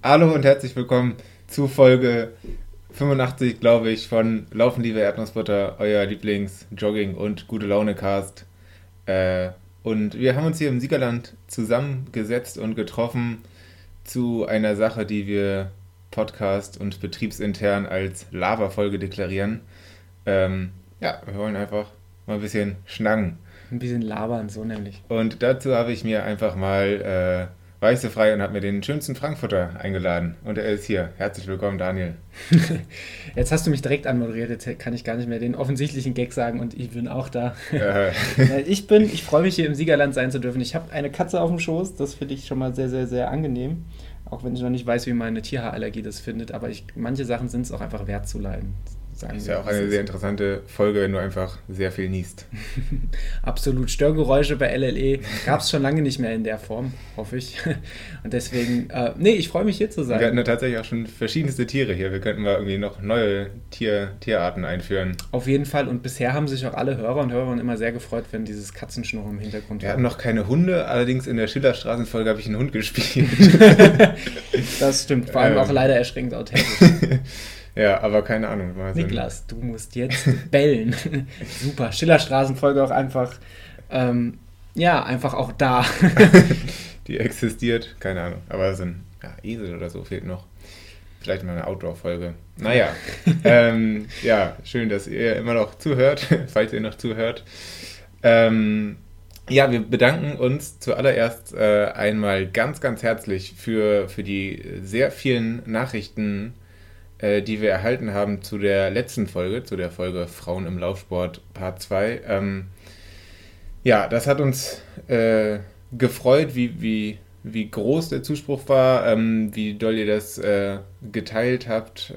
Hallo und herzlich willkommen zu Folge 85, glaube ich, von Laufen, liebe Erdnussbutter, euer Lieblings-Jogging- und Gute-Laune-Cast. Und wir haben uns hier im Siegerland zusammengesetzt und getroffen zu einer Sache, die wir Podcast- und betriebsintern als Lava-Folge deklarieren. Wir wollen einfach mal ein bisschen schnacken. Ein bisschen labern, so nämlich. Und dazu habe ich mir einfach mal Weiße frei und habe mir den schönsten Frankfurter eingeladen. Und er ist hier. Herzlich willkommen, Daniel. Jetzt hast du mich direkt anmoderiert, jetzt kann ich gar nicht mehr den offensichtlichen Gag sagen und ich bin auch da. Äh, Ich freue mich hier im Siegerland sein zu dürfen. Ich habe eine Katze auf dem Schoß, das finde ich schon mal sehr, sehr, sehr angenehm. Auch wenn ich noch nicht weiß, wie meine Tierhaarallergie das findet, aber manche Sachen sind es auch einfach wert zu leiden. Sagen Ist wir, ja auch wie es eine sehr ist. interessante Folge, wenn du einfach sehr viel niest. Absolut. Störgeräusche bei LLE gab es schon lange nicht mehr in der Form, hoffe ich. Und deswegen, ich freue mich hier zu Und wir hatten sein. ja tatsächlich auch schon verschiedenste Tiere hier. Wir könnten mal irgendwie noch neue Tierarten einführen. Auf jeden Fall. Und bisher haben sich auch alle Hörer und Hörerinnen immer sehr gefreut, wenn dieses Katzenschnurren im Hintergrund Wir war. hatten noch keine Hunde, allerdings in der Schillerstraßenfolge habe ich einen Hund gespielt. Das stimmt. Vor allem auch Ähm. leider erschreckend authentisch. Ja, aber keine Ahnung. Mal so Niklas, du musst jetzt bellen. Super. Schillerstraßenfolge auch einfach, einfach auch da. die existiert, keine Ahnung. Aber so ein Esel oder so fehlt noch. Vielleicht mal eine Outdoor-Folge. Naja, schön, dass ihr immer noch zuhört, falls ihr noch zuhört. Wir bedanken uns zuallererst einmal ganz, ganz herzlich für die sehr vielen Nachrichten, die wir erhalten haben zu der letzten Folge, zu der Folge Frauen im Laufsport Part 2. Das hat uns gefreut, wie groß der Zuspruch war, wie doll ihr das geteilt habt.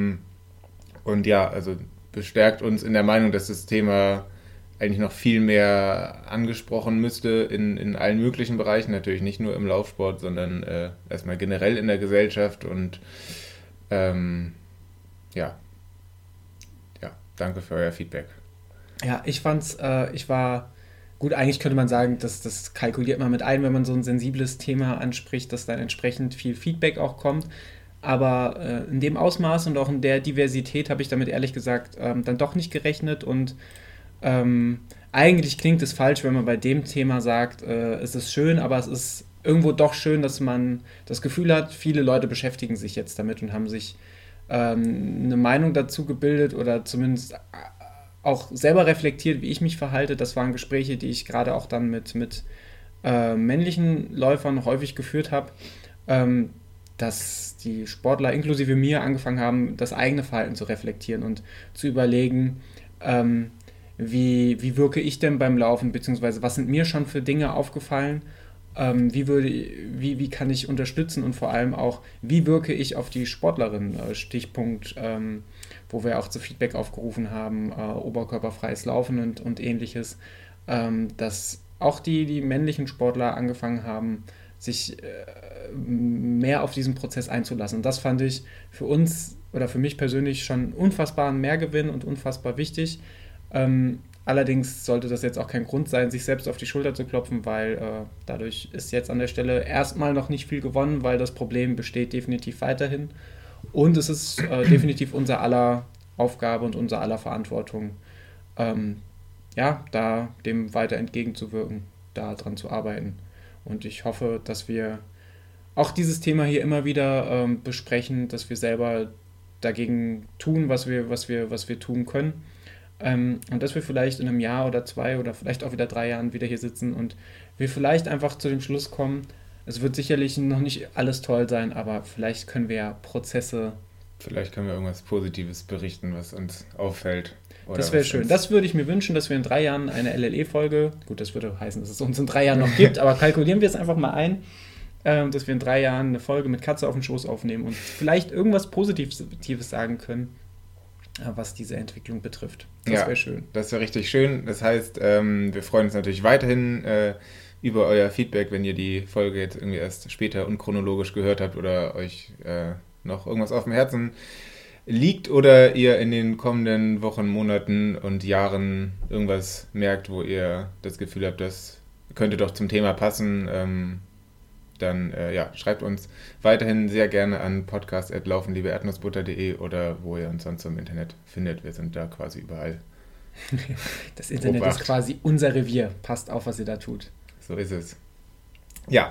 Also bestärkt uns in der Meinung, dass das Thema eigentlich noch viel mehr angesprochen müsste in allen möglichen Bereichen, natürlich nicht nur im Laufsport, sondern erstmal generell in der Gesellschaft und ähm, ja, danke für euer Feedback. Ja, ich war, gut, eigentlich könnte man sagen, das kalkuliert man mit ein, wenn man so ein sensibles Thema anspricht, dass dann entsprechend viel Feedback auch kommt. Aber in dem Ausmaß und auch in der Diversität habe ich damit ehrlich gesagt dann doch nicht gerechnet und eigentlich klingt es falsch, wenn man bei dem Thema sagt, es ist schön, aber es ist irgendwo doch schön, dass man das Gefühl hat, viele Leute beschäftigen sich jetzt damit und haben sich eine Meinung dazu gebildet oder zumindest auch selber reflektiert, wie ich mich verhalte. Das waren Gespräche, die ich gerade auch dann mit männlichen Läufern häufig geführt habe, dass die Sportler inklusive mir angefangen haben, das eigene Verhalten zu reflektieren und zu überlegen, wie wirke ich denn beim Laufen, beziehungsweise was sind mir schon für Dinge aufgefallen, wie kann ich unterstützen und vor allem auch, wie wirke ich auf die Sportlerin, Stichpunkt, wo wir auch zu Feedback aufgerufen haben, oberkörperfreies Laufen und ähnliches, dass auch die männlichen Sportler angefangen haben, sich mehr auf diesen Prozess einzulassen. Und das fand ich für uns oder für mich persönlich schon unfassbaren Mehrgewinn und unfassbar wichtig. Allerdings sollte das jetzt auch kein Grund sein, sich selbst auf die Schulter zu klopfen, weil dadurch ist jetzt an der Stelle erstmal noch nicht viel gewonnen, weil das Problem besteht definitiv weiterhin. Und es ist definitiv unser aller Aufgabe und unser aller Verantwortung, da dem weiter entgegenzuwirken, da dran zu arbeiten. Und ich hoffe, dass wir auch dieses Thema hier immer wieder besprechen, dass wir selber dagegen tun, was wir tun können. Und dass wir vielleicht in einem Jahr oder 2 oder vielleicht auch wieder 3 Jahren wieder hier sitzen und wir vielleicht einfach zu dem Schluss kommen, es wird sicherlich noch nicht alles toll sein, aber vielleicht können wir ja Prozesse. Vielleicht können wir irgendwas Positives berichten, was uns auffällt. Oder Das wäre was schön. uns. Das würde ich mir wünschen, dass wir in 3 Jahren eine LLE-Folge, gut, das würde heißen, dass es uns in 3 Jahren noch gibt, aber kalkulieren wir es einfach mal ein, dass wir in 3 Jahren eine Folge mit Katze auf dem Schoß aufnehmen und vielleicht irgendwas Positives sagen können, was diese Entwicklung betrifft. Das wäre schön. Das wäre richtig schön. Das heißt, wir freuen uns natürlich weiterhin über euer Feedback, wenn ihr die Folge jetzt irgendwie erst später unchronologisch gehört habt oder euch noch irgendwas auf dem Herzen liegt oder ihr in den kommenden Wochen, Monaten und Jahren irgendwas merkt, wo ihr das Gefühl habt, das könnte doch zum Thema passen. dann schreibt uns weiterhin sehr gerne an podcast@laufenliebeerdnussbutter.de oder wo ihr uns sonst im Internet findet. Wir sind da quasi überall. Das Internet ist quasi unser Revier. Passt auf, was ihr da tut. So ist es. Ja,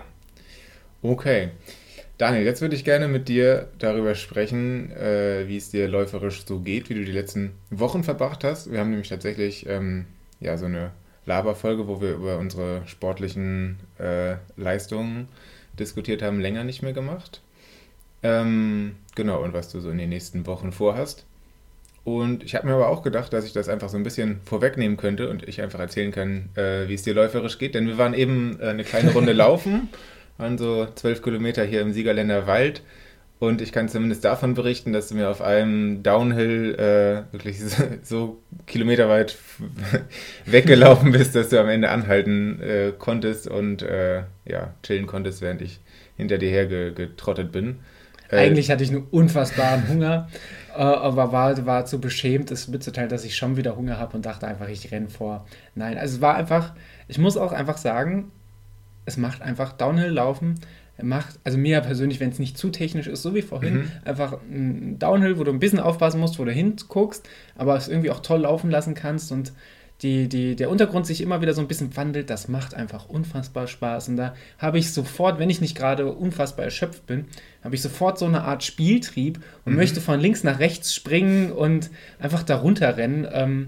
okay. Daniel, jetzt würde ich gerne mit dir darüber sprechen, wie es dir läuferisch so geht, wie du die letzten Wochen verbracht hast. Wir haben nämlich tatsächlich so eine Laberfolge, wo wir über unsere sportlichen Leistungen diskutiert haben, länger nicht mehr gemacht. Genau, und was du so in den nächsten Wochen vorhast. Und ich habe mir aber auch gedacht, dass ich das einfach so ein bisschen vorwegnehmen könnte und ich einfach erzählen kann, wie es dir läuferisch geht. Denn wir waren eben eine kleine Runde laufen, waren so 12 Kilometer hier im Siegerländer Wald. Und ich kann zumindest davon berichten, dass du mir auf einem Downhill wirklich so kilometerweit weggelaufen bist, dass du am Ende anhalten konntest und chillen konntest, während ich hinter dir hergetrottet bin. Eigentlich hatte ich nur unfassbaren Hunger, aber war zu beschämt, es mitzuteilen, dass ich schon wieder Hunger habe und dachte einfach, ich renne vor. Nein, also es war einfach, ich muss auch einfach sagen, es macht einfach Downhill-Laufen, also mir persönlich, wenn es nicht zu technisch ist, so wie vorhin, einfach ein Downhill, wo du ein bisschen aufpassen musst, wo du hinguckst, aber es irgendwie auch toll laufen lassen kannst und der Untergrund sich immer wieder so ein bisschen wandelt, das macht einfach unfassbar Spaß. Und da habe ich sofort, wenn ich nicht gerade unfassbar erschöpft bin, habe ich sofort so eine Art Spieltrieb und möchte von links nach rechts springen und einfach da runterrennen.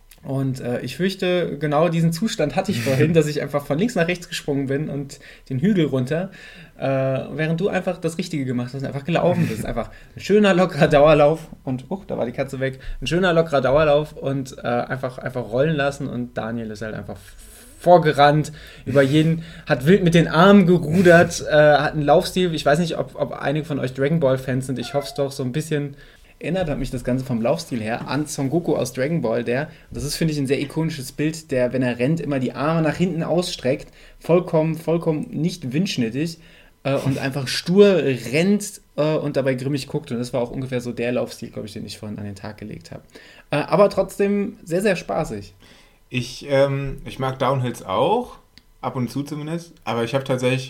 Ich fürchte, genau diesen Zustand hatte ich vorhin, dass ich einfach von links nach rechts gesprungen bin und den Hügel runter, während du einfach das Richtige gemacht hast und einfach gelaufen bist. Einfach ein schöner, lockerer Dauerlauf und, da war die Katze weg, ein schöner, lockerer Dauerlauf und einfach rollen lassen und Daniel ist halt einfach vorgerannt, hat wild mit den Armen gerudert, hat einen Laufstil, ich weiß nicht, ob einige von euch Dragon Ball Fans sind, ich hoffe es doch, so ein bisschen erinnert hat mich das Ganze vom Laufstil her an Son Goku aus Dragon Ball, das ist, finde ich, ein sehr ikonisches Bild, der, wenn er rennt, immer die Arme nach hinten ausstreckt, vollkommen nicht windschnittig und einfach stur rennt und dabei grimmig guckt und das war auch ungefähr so der Laufstil, glaube ich, den ich vorhin an den Tag gelegt habe. Aber trotzdem sehr, sehr spaßig. Ich mag Downhills auch, ab und zu zumindest, aber ich habe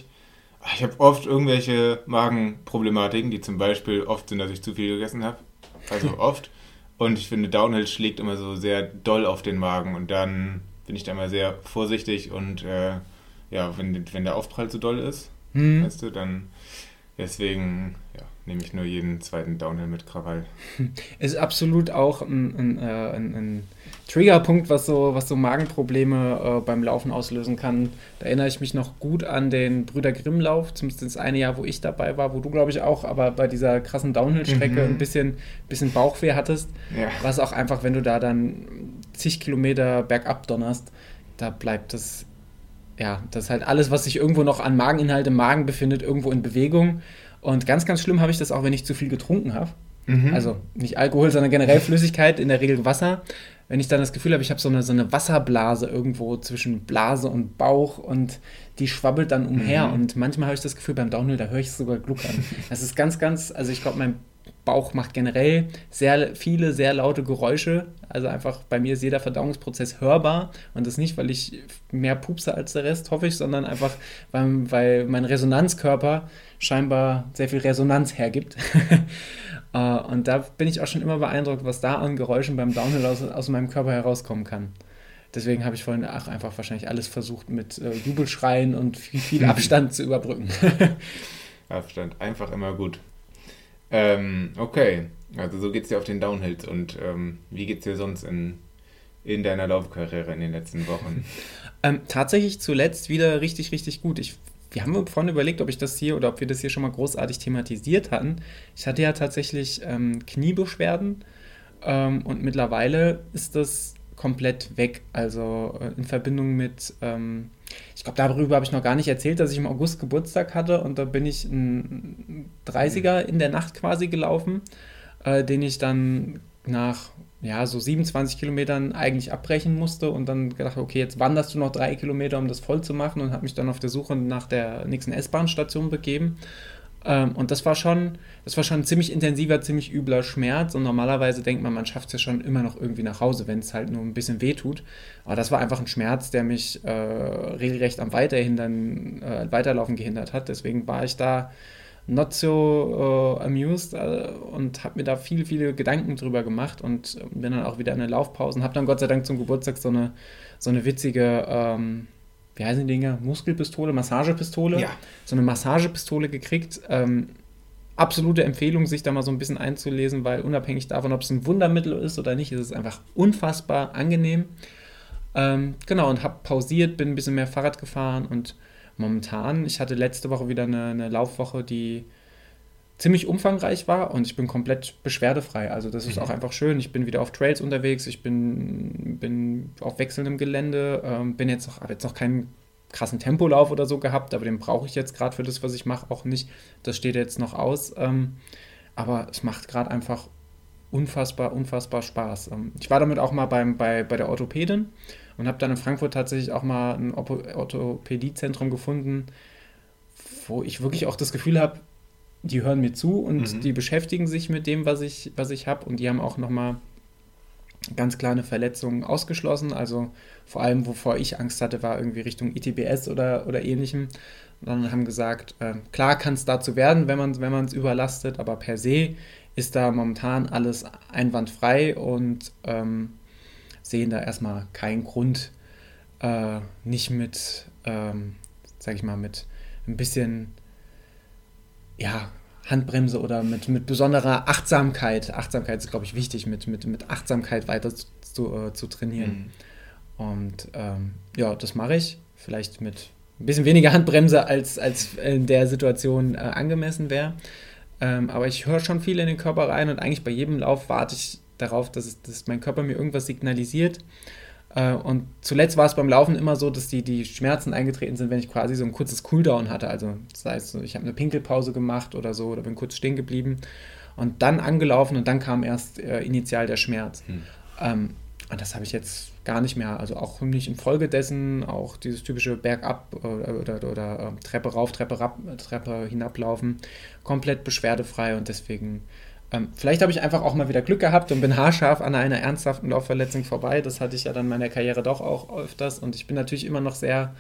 oft irgendwelche Magenproblematiken, die zum Beispiel oft sind, dass ich zu viel gegessen habe. Also oft. Und ich finde, Downhill schlägt immer so sehr doll auf den Magen und dann bin ich da immer sehr vorsichtig und wenn der Aufprall zu doll ist, weißt du, dann deswegen nehme ich nur jeden zweiten Downhill mit Krawall. Ist absolut auch ein Triggerpunkt, was so Magenprobleme beim Laufen auslösen kann. Da erinnere ich mich noch gut an den Brüder Grimm-Lauf, zumindest das eine Jahr, wo ich dabei war, wo du, glaube ich, auch, aber bei dieser krassen Downhill-Strecke ein bisschen Bauchweh hattest. Ja. Was auch einfach, wenn du da dann zig Kilometer bergab donnerst, da bleibt das ist halt alles, was sich irgendwo noch an Mageninhalt im Magen befindet, irgendwo in Bewegung. Und ganz, ganz schlimm habe ich das auch, wenn ich zu viel getrunken habe. Also nicht Alkohol, sondern generell Flüssigkeit, in der Regel Wasser. Wenn ich dann das Gefühl habe, ich habe so eine Wasserblase irgendwo zwischen Blase und Bauch und die schwabbelt dann umher. Und manchmal habe ich das Gefühl, beim Downhill, da höre ich es sogar gluckern. Das ist ganz, ganz, also ich glaube, mein Bauch macht generell sehr viele, sehr laute Geräusche. Also einfach bei mir ist jeder Verdauungsprozess hörbar. Und das nicht, weil ich mehr pupse als der Rest, hoffe ich, sondern einfach, weil mein Resonanzkörper scheinbar sehr viel Resonanz hergibt. Und da bin ich auch schon immer beeindruckt, was da an Geräuschen beim Downhill aus meinem Körper herauskommen kann. Deswegen habe ich vorhin einfach wahrscheinlich alles versucht mit Jubelschreien und viel Abstand zu überbrücken. Abstand, einfach immer gut. Okay, also so geht es dir auf den Downhills und wie geht es dir sonst in deiner Laufkarriere in den letzten Wochen? Tatsächlich zuletzt wieder richtig, richtig gut. Wir haben vorhin überlegt, ob wir das hier schon mal großartig thematisiert hatten. Ich hatte ja tatsächlich Kniebeschwerden und mittlerweile ist das komplett weg. Also in Verbindung mit, ich glaube, darüber habe ich noch gar nicht erzählt, dass ich im August Geburtstag hatte und da bin ich einen 30er in der Nacht quasi gelaufen, den ich dann nach so 27 Kilometern eigentlich abbrechen musste und dann gedacht, okay, jetzt wanderst du noch 3 Kilometer, um das voll zu machen und habe mich dann auf der Suche nach der nächsten S-Bahn-Station begeben. Und das war schon ein ziemlich intensiver, ziemlich übler Schmerz. Und normalerweise denkt man schafft es ja schon immer noch irgendwie nach Hause, wenn es halt nur ein bisschen weh tut. Aber das war einfach ein Schmerz, der mich regelrecht am Weiterlaufen gehindert hat. Deswegen war ich da not so amused und habe mir da viele Gedanken drüber gemacht und bin dann auch wieder in eine Laufpause und habe dann Gott sei Dank zum Geburtstag so eine witzige, wie heißen die Dinger? Muskelpistole, Massagepistole. Ja. So eine Massagepistole gekriegt. Absolute Empfehlung, sich da mal so ein bisschen einzulesen, weil unabhängig davon, ob es ein Wundermittel ist oder nicht, ist es einfach unfassbar angenehm. Genau, und habe pausiert, bin ein bisschen mehr Fahrrad gefahren und momentan, ich hatte letzte Woche wieder eine Laufwoche, die ziemlich umfangreich war und ich bin komplett beschwerdefrei. Also das ist auch einfach schön. Ich bin wieder auf Trails unterwegs, ich bin auf wechselndem Gelände, habe jetzt noch keinen krassen Tempolauf oder so gehabt, aber den brauche ich jetzt gerade für das, was ich mache, auch nicht. Das steht jetzt noch aus. Aber es macht gerade einfach unfassbar Spaß. Ich war damit auch mal bei der Orthopädin und habe dann in Frankfurt tatsächlich auch mal ein Orthopädiezentrum gefunden, wo ich wirklich auch das Gefühl habe, die hören mir zu und die beschäftigen sich mit dem, was ich habe, und die haben auch nochmal ganz kleine Verletzungen ausgeschlossen. Also vor allem, wovor ich Angst hatte, war irgendwie Richtung ITBS oder ähnlichem. Und dann haben gesagt, klar kann es dazu werden, wenn man es überlastet, aber per se ist da momentan alles einwandfrei und sehen da erstmal keinen Grund, nicht mit, sag ich mal, mit ein bisschen, ja, Handbremse oder mit besonderer Achtsamkeit. Achtsamkeit ist, glaube ich, wichtig, mit Achtsamkeit weiter zu trainieren. Und ja, das mache ich. Vielleicht mit ein bisschen weniger Handbremse, als in der Situation angemessen wäre. Aber ich höre schon viel in den Körper rein und eigentlich bei jedem Lauf warte ich darauf, dass mein Körper mir irgendwas signalisiert. Und zuletzt war es beim Laufen immer so, dass die Schmerzen eingetreten sind, wenn ich quasi so ein kurzes Cooldown hatte. Also das heißt, ich habe eine Pinkelpause gemacht oder so oder bin kurz stehen geblieben und dann angelaufen und dann kam erst initial der Schmerz. Und das habe ich jetzt gar nicht mehr. Also auch nicht infolge dessen, auch dieses typische Bergab oder Treppe rauf, Treppe hinablaufen, komplett beschwerdefrei und deswegen vielleicht habe ich einfach auch mal wieder Glück gehabt und bin haarscharf an einer ernsthaften Laufverletzung vorbei. Das hatte ich ja dann in meiner Karriere doch auch öfters. Und ich bin natürlich immer noch sehr,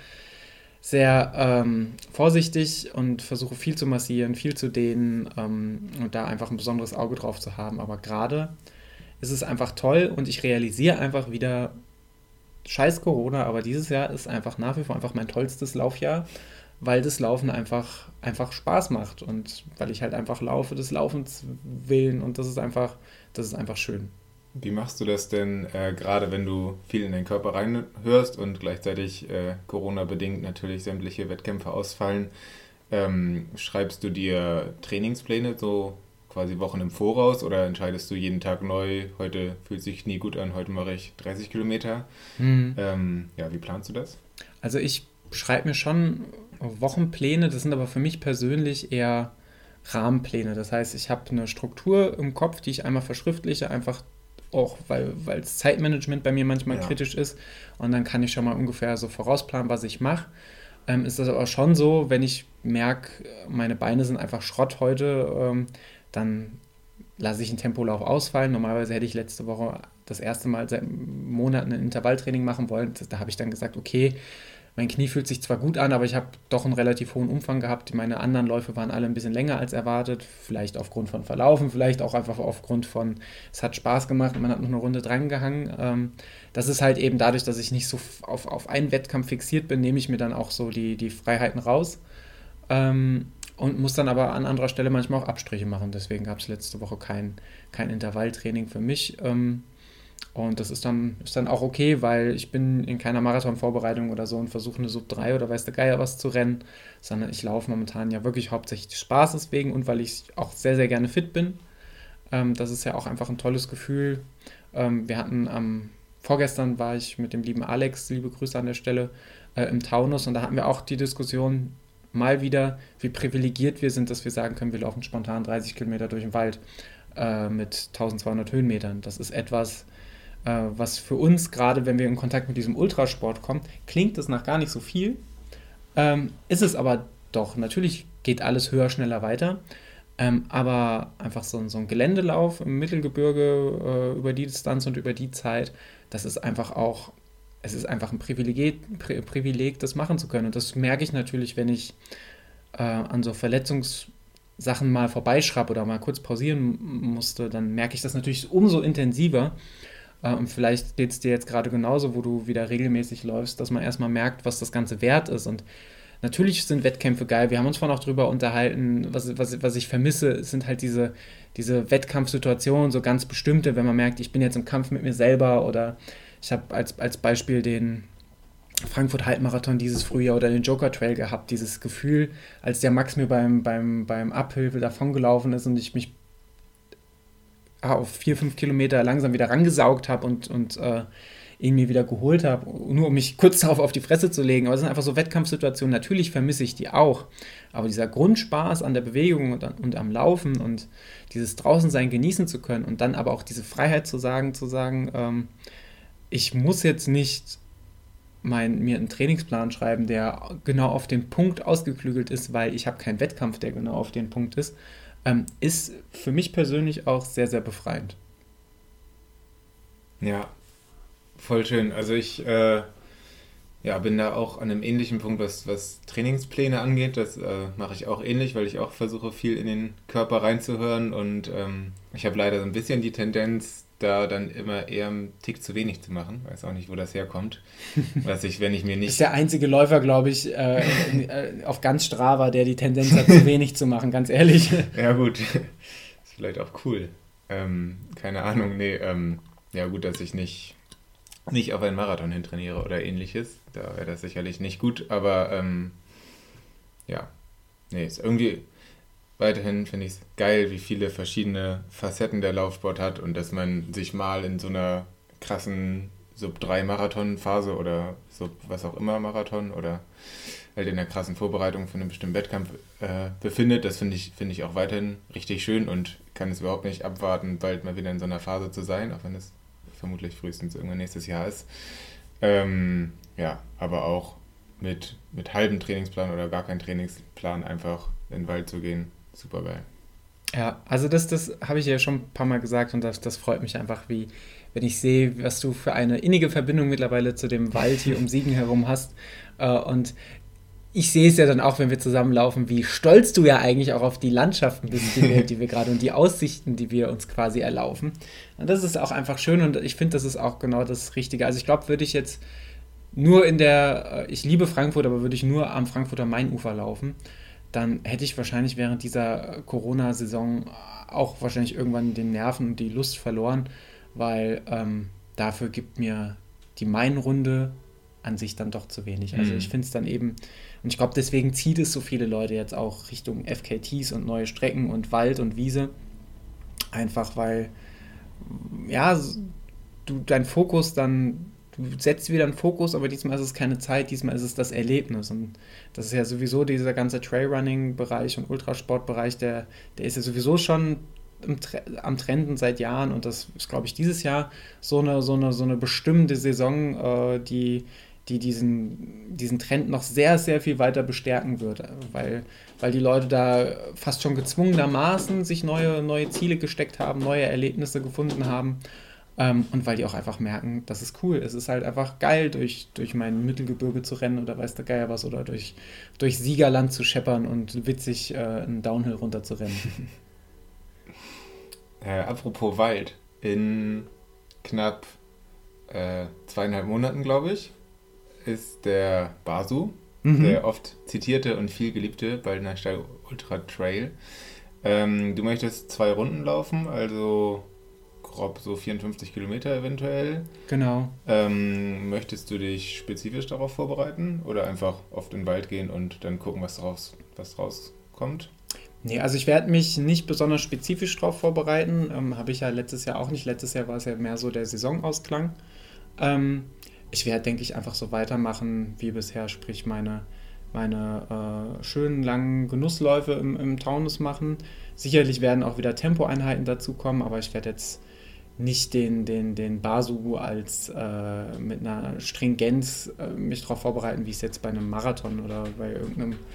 sehr vorsichtig und versuche viel zu massieren, viel zu dehnen und da einfach ein besonderes Auge drauf zu haben. Aber gerade ist es einfach toll und ich realisiere einfach wieder, scheiß Corona, aber dieses Jahr ist einfach nach wie vor einfach mein tollstes Laufjahr, weil das Laufen einfach Spaß macht und weil ich halt einfach laufe des Laufens willen und das ist einfach schön. Wie machst du das denn, gerade wenn du viel in den Körper reinhörst und gleichzeitig Corona-bedingt natürlich sämtliche Wettkämpfe ausfallen? Schreibst du dir Trainingspläne so quasi Wochen im Voraus oder entscheidest du jeden Tag neu, heute fühlt sich nie gut an, heute mache ich 30 Kilometer? Ja, wie planst du das? Also ich schreibe mir schon Wochenpläne, das sind aber für mich persönlich eher Rahmenpläne. Das heißt, ich habe eine Struktur im Kopf, die ich einmal verschriftliche, einfach auch, weil das Zeitmanagement bei mir manchmal kritisch ist. Und dann kann ich schon mal ungefähr so vorausplanen, was ich mache. Ist das aber schon so, wenn ich merke, meine Beine sind einfach Schrott heute, dann lasse ich einen Tempolauf ausfallen. Normalerweise hätte ich letzte Woche das erste Mal seit Monaten ein Intervalltraining machen wollen. Da habe ich dann gesagt, okay, mein Knie fühlt sich zwar gut an, aber ich habe doch einen relativ hohen Umfang gehabt. Meine anderen Läufe waren alle ein bisschen länger als erwartet. Vielleicht aufgrund von Verlaufen, vielleicht auch einfach aufgrund von, es hat Spaß gemacht und man hat noch eine Runde drangehangen. Das ist halt eben dadurch, dass ich nicht so auf einen Wettkampf fixiert bin, nehme ich mir dann auch so die Freiheiten raus. Und muss dann aber an anderer Stelle manchmal auch Abstriche machen. Deswegen gab es letzte Woche kein Intervalltraining für mich. Und das ist dann auch okay, weil ich bin in keiner Marathonvorbereitung oder so und versuche eine Sub 3 oder weiß der Geier was zu rennen, sondern ich laufe momentan ja wirklich hauptsächlich des Spaßes wegen und weil ich auch sehr, sehr gerne fit bin. Das ist ja auch einfach ein tolles Gefühl. Wir hatten vorgestern war ich mit dem lieben Alex, liebe Grüße an der Stelle, im Taunus und da hatten wir auch die Diskussion mal wieder, wie privilegiert wir sind, dass wir sagen können, wir laufen spontan 30 Kilometer durch den Wald mit 1200 Höhenmetern. Das ist etwas, was für uns, gerade wenn wir in Kontakt mit diesem Ultrasport kommen, klingt das nach gar nicht so viel, ist es aber doch, natürlich geht alles höher, schneller weiter. Aber einfach so ein Geländelauf im Mittelgebirge über die Distanz und über die Zeit, das ist einfach auch, es ist einfach ein Privileg, das machen zu können. Und das merke ich natürlich, wenn ich an so Verletzungssachen mal vorbeischraube oder mal kurz pausieren musste, dann merke ich das natürlich umso intensiver. Und vielleicht geht es dir jetzt gerade genauso, wo du wieder regelmäßig läufst, dass man erstmal merkt, was das Ganze wert ist. Und natürlich sind Wettkämpfe geil. Wir haben uns vorhin auch drüber unterhalten. Was ich vermisse, sind halt diese Wettkampfsituationen, so ganz bestimmte, wenn man merkt, ich bin jetzt im Kampf mit mir selber, oder ich habe als Beispiel den Frankfurt-Halbmarathon dieses Frühjahr oder den Joker Trail gehabt, dieses Gefühl, als der Max mir beim Uphill davongelaufen ist und ich mich auf 4-5 Kilometer langsam wieder rangesaugt habe und ihn mir wieder geholt habe, nur um mich kurz darauf auf die Fresse zu legen. Aber es sind einfach so Wettkampfsituationen. Natürlich vermisse ich die auch. Aber dieser Grundspaß an der Bewegung und am Laufen und dieses Draußensein genießen zu können und dann aber auch diese Freiheit zu sagen, ich muss jetzt nicht mir einen Trainingsplan schreiben, der genau auf den Punkt ausgeklügelt ist, weil ich habe keinen Wettkampf, der genau auf den Punkt ist für mich persönlich auch sehr, sehr befreiend. Ja, voll schön. Also ich bin da auch an einem ähnlichen Punkt, was Trainingspläne angeht. Das mache ich auch ähnlich, weil ich auch versuche, viel in den Körper reinzuhören. Und ich habe leider so ein bisschen die Tendenz, da dann immer eher einen Tick zu wenig zu machen. Weiß auch nicht, wo das herkommt. Wenn ich mir nicht... Ist der einzige Läufer, glaube ich, auf ganz Strava, der die Tendenz hat, zu wenig zu machen, ganz ehrlich. Ja gut, ist vielleicht auch cool. Keine Ahnung, nee. Ja gut, dass ich nicht auf einen Marathon hin trainiere oder ähnliches. Da wäre das sicherlich nicht gut, aber ist irgendwie weiterhin finde ich es geil, wie viele verschiedene Facetten der Laufsport hat und dass man sich mal in so einer krassen Sub-3-Marathon-Phase oder was auch immer Marathon oder halt in einer krassen Vorbereitung für einen bestimmten Wettkampf befindet. Das finde ich auch weiterhin richtig schön und kann es überhaupt nicht abwarten, bald mal wieder in so einer Phase zu sein, auch wenn es vermutlich frühestens irgendwann nächstes Jahr ist. Aber auch mit halbem Trainingsplan oder gar kein Trainingsplan einfach in den Wald zu gehen, super geil. Ja, also das habe ich ja schon ein paar Mal gesagt und das freut mich einfach, wenn ich sehe, was du für eine innige Verbindung mittlerweile zu dem Wald hier um Siegen herum hast. Und ich sehe es ja dann auch, wenn wir zusammenlaufen, wie stolz du ja eigentlich auch auf die Landschaften bist, die wir gerade und die Aussichten, die wir uns quasi erlaufen. Und das ist auch einfach schön und ich finde, das ist auch genau das Richtige. Also ich glaube, würde ich jetzt nur ich liebe Frankfurt, aber würde ich nur am Frankfurter Mainufer laufen, dann hätte ich wahrscheinlich während dieser Corona-Saison auch wahrscheinlich irgendwann den Nerven und die Lust verloren, weil dafür gibt mir die Main-Runde an sich dann doch zu wenig. Also ich finde es dann eben, und ich glaube, deswegen zieht es so viele Leute jetzt auch Richtung FKTs und neue Strecken und Wald und Wiese, einfach weil, ja, du setzt wieder einen Fokus, aber diesmal ist es keine Zeit, diesmal ist es das Erlebnis. Und das ist ja sowieso dieser ganze Trailrunning-Bereich und Ultrasport-Bereich, der ist ja sowieso schon am Trenden seit Jahren und das ist, glaube ich, dieses Jahr so eine bestimmte Saison, die diesen Trend noch sehr, sehr viel weiter bestärken wird, weil die Leute da fast schon gezwungenermaßen sich neue Ziele gesteckt haben, neue Erlebnisse gefunden haben. Und weil die auch einfach merken, das ist cool. Es ist halt einfach geil, durch mein Mittelgebirge zu rennen oder weiß der Geier was oder durch Siegerland zu scheppern und witzig einen Downhill runter zu rennen. Apropos Wald, in knapp 2,5 Monaten, glaube ich, ist der Basu, der oft zitierte und viel geliebte Baldenersteig Ultra Trail. Du möchtest 2 Runden laufen, also grob so 54 Kilometer eventuell. Genau. Möchtest du dich spezifisch darauf vorbereiten oder einfach auf den Wald gehen und dann gucken, was rauskommt? Nee, also ich werde mich nicht besonders spezifisch darauf vorbereiten. Habe ich ja letztes Jahr auch nicht. Letztes Jahr war es ja mehr so der Saisonausklang. Ich werde, denke ich, einfach so weitermachen wie bisher, sprich meine schönen langen Genussläufe im Taunus machen. Sicherlich werden auch wieder Tempoeinheiten dazukommen, aber ich werde jetzt nicht den Basu als mit einer Stringenz mich darauf vorbereiten, wie es jetzt bei einem Marathon oder bei irgendeinem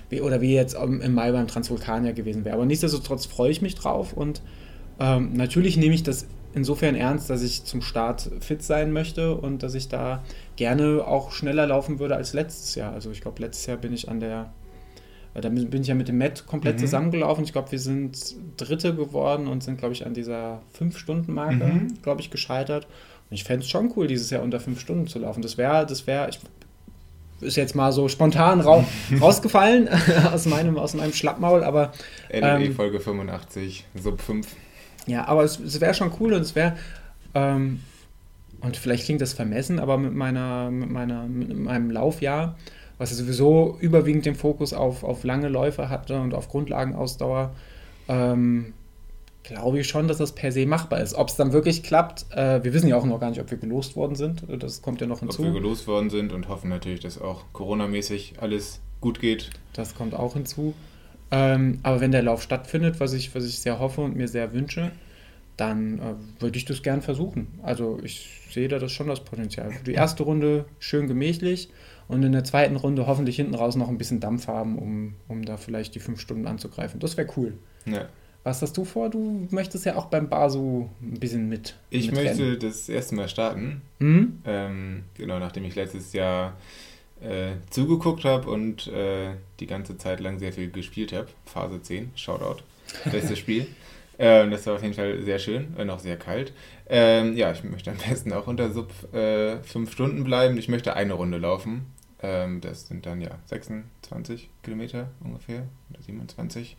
wie jetzt im Mai beim Transvulkanier gewesen wäre. Aber nichtsdestotrotz freue ich mich drauf und natürlich nehme ich das insofern ernst, dass ich zum Start fit sein möchte und dass ich da gerne auch schneller laufen würde als letztes Jahr. Also ich glaube, letztes Jahr bin ich da bin ich ja mit dem Matt komplett zusammengelaufen. Ich glaube, wir sind Dritte geworden und sind, glaube ich, an dieser 5-Stunden-Marke, glaube ich, gescheitert. Und ich fände es schon cool, dieses Jahr unter 5 Stunden zu laufen. Das wäre, ist jetzt mal so spontan rausgefallen aus meinem Schlappmaul, aber LE-Folge 85, Sub 5. Ja, aber es wäre schon cool und es wäre, und vielleicht klingt das vermessen, aber mit meinem Laufjahr, was ja sowieso überwiegend den Fokus auf lange Läufe hatte und auf Grundlagenausdauer, glaube ich schon, dass das per se machbar ist. Ob es dann wirklich klappt, wir wissen ja auch noch gar nicht, ob wir gelost worden sind. Das kommt ja noch hinzu. Ob wir gelost worden sind und hoffen natürlich, dass auch coronamäßig alles gut geht. Das kommt auch hinzu. Aber wenn der Lauf stattfindet, was ich sehr hoffe und mir sehr wünsche, dann würde ich das gern versuchen. Also ich sehe da das schon das Potenzial. Die erste Runde schön gemächlich und in der zweiten Runde hoffentlich hinten raus noch ein bisschen Dampf haben, um da vielleicht die 5 Stunden anzugreifen. Das wäre cool. Ja. Was hast du vor? Du möchtest ja auch beim Basu ein bisschen mit. Ich möchte das erste Mal starten. Genau, nachdem ich letztes Jahr zugeguckt habe und die ganze Zeit lang sehr viel gespielt habe. Phase 10, Shoutout, bestes Spiel. Das war auf jeden Fall sehr schön und auch sehr kalt. Ja, ich möchte am besten auch unter Sub 5 Stunden bleiben. Ich möchte eine Runde laufen. Das sind dann ja 26 Kilometer ungefähr oder 27.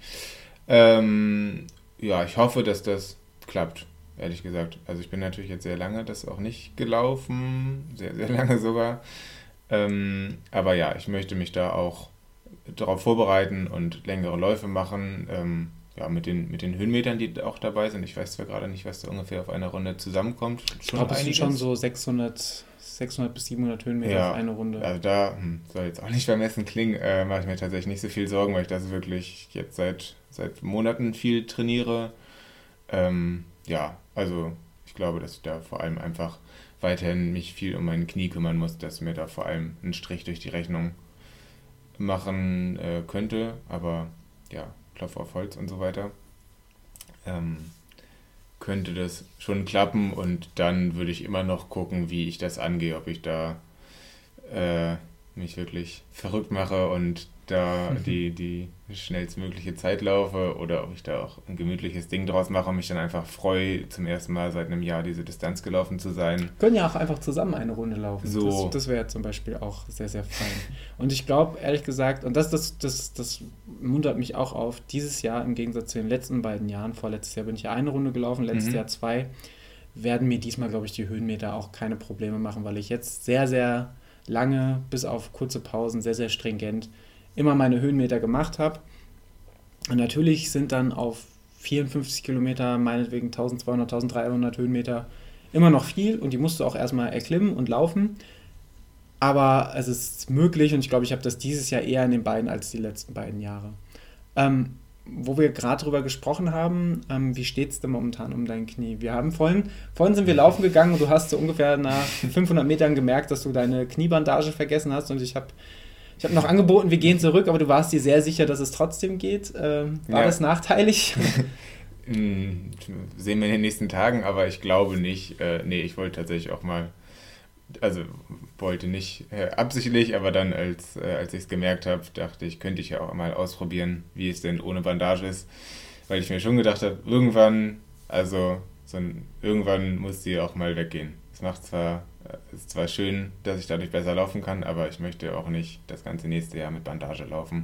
Ja, ich hoffe, dass das klappt, ehrlich gesagt. Also ich bin natürlich jetzt sehr lange das auch nicht gelaufen, sehr, sehr lange sogar. Aber ja, ich möchte mich da auch darauf vorbereiten und längere Läufe machen. Ja, mit den Höhenmetern, die auch dabei sind. Ich weiß zwar gerade nicht, was da ungefähr auf einer Runde zusammenkommt. Ich glaube, es sind schon so 600 bis 700 Höhenmeter auf eine Runde. Also da soll jetzt auch nicht vermessen klingen, mache ich mir tatsächlich nicht so viel Sorgen, weil ich das wirklich jetzt seit Monaten viel trainiere. Ja, also ich glaube, dass ich da vor allem einfach weiterhin mich viel um mein Knie kümmern muss, dass mir da vor allem einen Strich durch die Rechnung machen könnte, aber ja, Klopf auf Holz und so weiter, könnte das schon klappen und dann würde ich immer noch gucken, wie ich das angehe, ob ich da mich wirklich verrückt mache und da die schnellstmögliche Zeit laufe oder ob ich da auch ein gemütliches Ding draus mache und mich dann einfach freue, zum ersten Mal seit einem Jahr diese Distanz gelaufen zu sein. Wir können ja auch einfach zusammen eine Runde laufen. So. Das wäre zum Beispiel auch sehr, sehr fein. Und ich glaube, ehrlich gesagt, und das muntert mich auch auf, dieses Jahr im Gegensatz zu den letzten beiden Jahren, vorletztes Jahr bin ich ja eine Runde gelaufen, letztes Jahr 2, werden mir diesmal, glaube ich, die Höhenmeter auch keine Probleme machen, weil ich jetzt sehr, sehr lange, bis auf kurze Pausen, sehr, sehr stringent immer meine Höhenmeter gemacht habe. Und natürlich sind dann auf 54 Kilometer, meinetwegen 1200, 1300 Höhenmeter immer noch viel und die musst du auch erstmal erklimmen und laufen. Aber es ist möglich und ich glaube, ich habe das dieses Jahr eher in den Beinen als die letzten beiden Jahre. Wo wir gerade drüber gesprochen haben, wie steht es denn momentan um dein Knie? Wir haben vorhin sind wir laufen gegangen und du hast so ungefähr nach 500 Metern gemerkt, dass du deine Kniebandage vergessen hast und ich habe noch angeboten, wir gehen zurück, aber du warst dir sehr sicher, dass es trotzdem geht. War das nachteilig? Sehen wir in den nächsten Tagen, aber ich glaube nicht. Nee, ich wollte tatsächlich auch mal, also wollte nicht absichtlich, aber dann, als ich es gemerkt habe, dachte ich, könnte ich ja auch mal ausprobieren, wie es denn ohne Bandage ist. Weil ich mir schon gedacht habe, irgendwann muss die auch mal weggehen. Ist zwar schön, dass ich dadurch besser laufen kann, aber ich möchte auch nicht das ganze nächste Jahr mit Bandage laufen.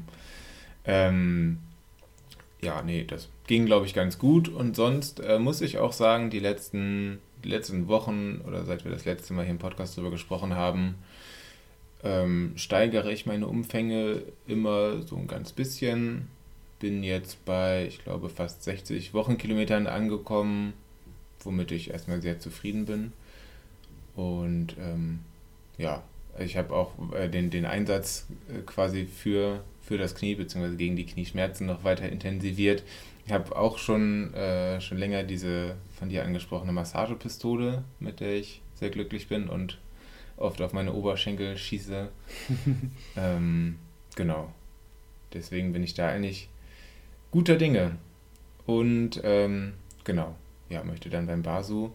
Ja, nee, das ging, glaube ich, ganz gut. Und sonst muss ich auch sagen, die letzten Wochen oder seit wir das letzte Mal hier im Podcast darüber gesprochen haben, steigere ich meine Umfänge immer so ein ganz bisschen. Bin jetzt bei, ich glaube, fast 60 Wochenkilometern angekommen, womit ich erstmal sehr zufrieden bin. Und ja, ich habe auch den Einsatz quasi für das Knie bzw. gegen die Knieschmerzen noch weiter intensiviert. Ich habe auch schon länger diese von dir angesprochene Massagepistole, mit der ich sehr glücklich bin und oft auf meine Oberschenkel schieße. Genau. deswegen bin ich da eigentlich guter Dinge. Und genau, ja, möchte dann beim Basu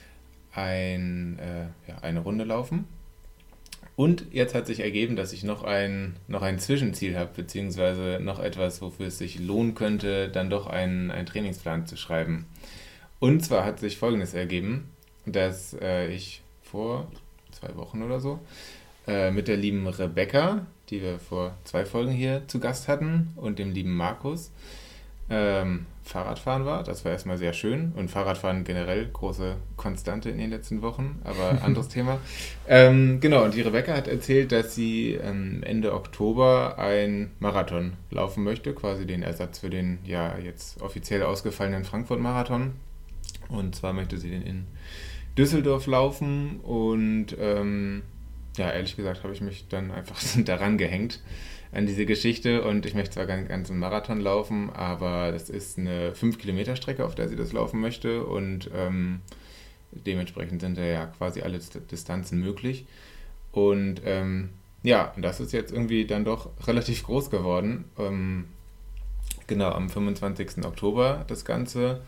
eine Runde laufen. Und jetzt hat sich ergeben, dass ich noch ein Zwischenziel habe, beziehungsweise noch etwas, wofür es sich lohnen könnte, dann doch einen Trainingsplan zu schreiben. Und zwar hat sich Folgendes ergeben, dass ich vor 2 Wochen oder so mit der lieben Rebecca, die wir vor 2 Folgen hier zu Gast hatten, und dem lieben Markus Fahrradfahren war. Das war erstmal sehr schön. Und Fahrradfahren generell große Konstante in den letzten Wochen, aber anderes Thema. Genau, und die Rebecca hat erzählt, dass sie Ende Oktober ein Marathon laufen möchte, quasi den Ersatz für den ja jetzt offiziell ausgefallenen Frankfurt-Marathon. Und zwar möchte sie den in Düsseldorf laufen und ja, ehrlich gesagt habe ich mich dann einfach daran gehängt an diese Geschichte und ich möchte zwar gar nicht ganz einen Marathon laufen, aber das ist eine 5-Kilometer-Strecke, auf der sie das laufen möchte und dementsprechend sind da ja quasi alle Distanzen möglich und ja, das ist jetzt irgendwie dann doch relativ groß geworden. Genau, am 25. Oktober das Ganze.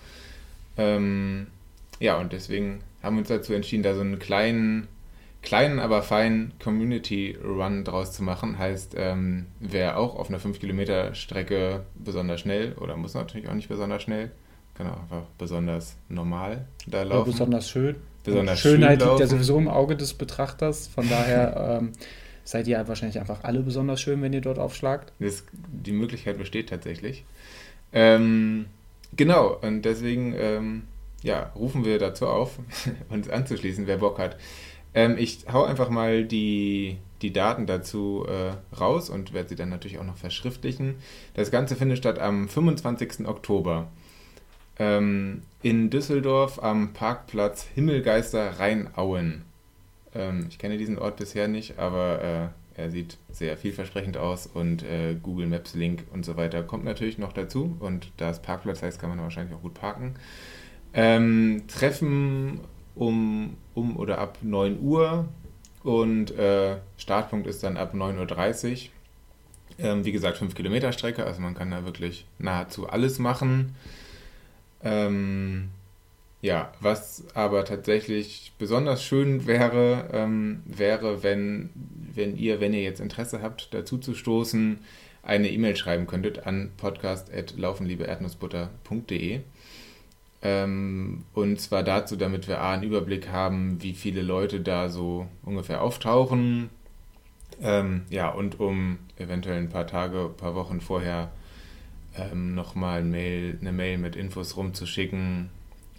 Ja, und deswegen haben wir uns dazu entschieden, da so einen kleinen, aber feinen Community-Run draus zu machen. Heißt, wer auch auf einer 5-Kilometer-Strecke besonders schnell, oder muss natürlich auch nicht besonders schnell, kann auch einfach besonders normal da Oder laufen. besonders schön. Besonders Schönheit schön liegt ja laufen. sowieso im Auge des Betrachters. Von daher seid ihr wahrscheinlich einfach alle besonders schön, wenn ihr dort aufschlagt. Die Möglichkeit besteht tatsächlich. Genau, und deswegen ja, rufen wir dazu auf, uns anzuschließen, wer Bock hat. Ich hau einfach mal die Daten dazu raus und werde sie dann natürlich auch noch verschriftlichen. Das Ganze findet statt am 25. Oktober in Düsseldorf am Parkplatz Himmelgeister Rheinauen. Ich kenne diesen Ort bisher nicht, aber er sieht sehr vielversprechend aus und Google Maps Link und so weiter kommt natürlich noch dazu und da es Parkplatz heißt, kann man wahrscheinlich auch gut parken. Treffen um oder ab 9 Uhr und Startpunkt ist dann ab 9:30 Uhr. Wie gesagt, 5 Kilometer Strecke, also man kann da wirklich nahezu alles machen. Ja, was aber tatsächlich besonders schön wäre, wenn ihr jetzt Interesse habt, dazu zu stoßen, eine E-Mail schreiben könntet an podcast@laufenliebeerdnussbutter.de. Und zwar dazu, damit wir einen Überblick haben, wie viele Leute da so ungefähr auftauchen. Ja, und um eventuell ein paar Tage, ein paar Wochen vorher nochmal eine Mail mit Infos rumzuschicken.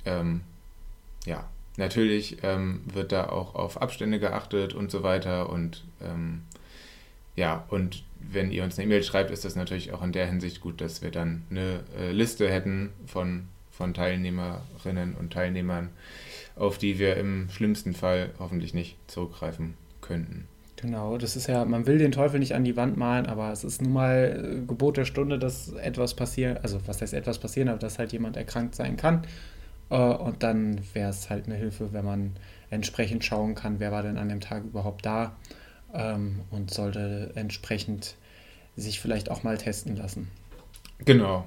Ja, natürlich wird da auch auf Abstände geachtet und so weiter. Und ja, und wenn ihr uns eine E-Mail schreibt, ist das natürlich auch in der Hinsicht gut, dass wir dann eine Liste hätten von Teilnehmerinnen und Teilnehmern, auf die wir im schlimmsten Fall hoffentlich nicht zurückgreifen könnten. Genau, das ist ja, man will den Teufel nicht an die Wand malen, aber es ist nun mal Gebot der Stunde, dass etwas passiert, also was heißt etwas passieren, aber dass halt jemand erkrankt sein kann. Und dann wäre es halt eine Hilfe, wenn man entsprechend schauen kann, wer war denn an dem Tag überhaupt da und sollte entsprechend sich vielleicht auch mal testen lassen. Genau.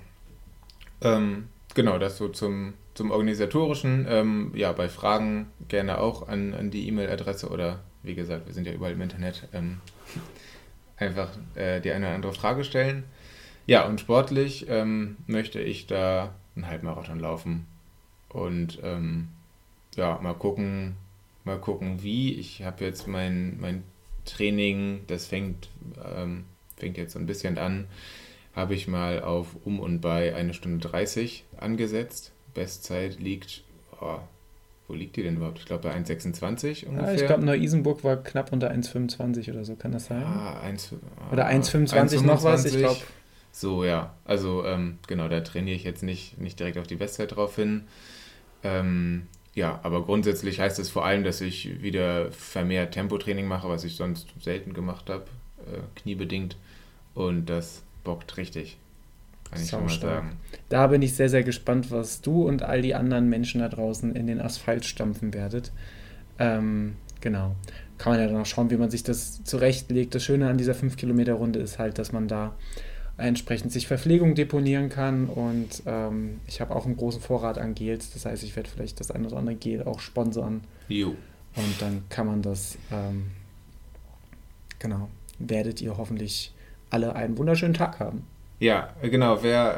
Genau, das so zum Organisatorischen. Ja, bei Fragen gerne auch an die E-Mail-Adresse oder wie gesagt, wir sind ja überall im Internet. Einfach die eine oder andere Frage stellen. Ja, und sportlich möchte ich da einen Halbmarathon laufen. Und ja, mal gucken wie. Ich habe jetzt mein Training, das fängt jetzt so ein bisschen an, habe ich mal auf und bei 1:30 angesetzt. Bestzeit liegt, wo liegt die denn überhaupt? Ich glaube bei 1:26 ungefähr. Ja, ich glaube Neu-Isenburg war knapp unter 1,25 oder so, kann das sein? Oder 1,25 1,25 noch was, ich glaube. So, ja. Also genau, da trainiere ich jetzt nicht direkt auf die Bestzeit drauf hin. Ja, aber grundsätzlich heißt es vor allem, dass ich wieder vermehrt Tempotraining mache, was ich sonst selten gemacht habe, kniebedingt. Und das bockt richtig, kann ich schon mal sagen. Da bin ich sehr, sehr gespannt, was du und all die anderen Menschen da draußen in den Asphalt stampfen werdet. Genau. Kann man ja dann auch schauen, wie man sich das zurechtlegt. Das Schöne an dieser 5-Kilometer-Runde ist halt, dass man da entsprechend sich Verpflegung deponieren kann und ich habe auch einen großen Vorrat an Gels, das heißt, ich werde vielleicht das ein oder andere Gel auch sponsern. Jo. Und dann kann man das, genau, werdet ihr hoffentlich alle einen wunderschönen Tag haben. Ja, genau.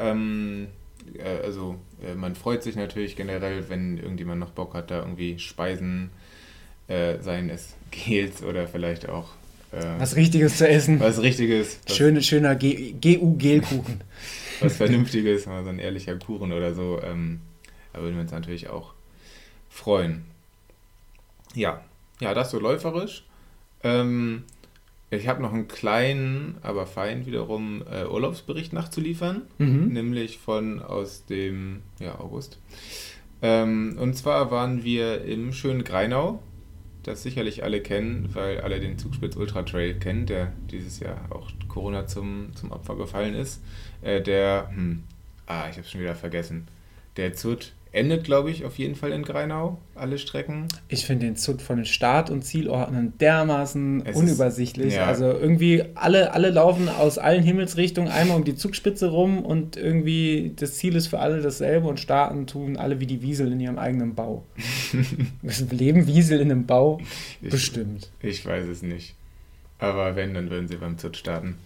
Man freut sich natürlich generell, wenn irgendjemand noch Bock hat, da irgendwie Speisen, seien es Gels oder vielleicht auch was Richtiges zu essen. was Richtiges. Schöner GU-Gelkuchen. Was Vernünftiges, mal so ein ehrlicher Kuchen oder so. Da würden wir uns natürlich auch freuen. Ja, das so läuferisch. Ich habe noch einen kleinen, aber feinen wiederum Urlaubsbericht nachzuliefern, nämlich aus dem August. Und zwar waren wir im schönen Greinau, das sicherlich alle kennen, weil alle den Zugspitz Ultra Trail kennen, der dieses Jahr auch Corona zum Opfer gefallen ist. Ich habe es schon wieder vergessen. Der Zut endet, glaube ich, auf jeden Fall in Greinau, alle Strecken. Ich finde den Zut von den Start- und Zielorten dermaßen Es unübersichtlich. ist, ja. Also irgendwie alle laufen aus allen Himmelsrichtungen einmal um die Zugspitze rum und irgendwie das Ziel ist für alle dasselbe und starten tun alle wie die Wiesel in ihrem eigenen Bau. Leben Wiesel in einem Bau? Bestimmt. Ich weiß es nicht. Aber wenn, dann würden sie beim Zut starten.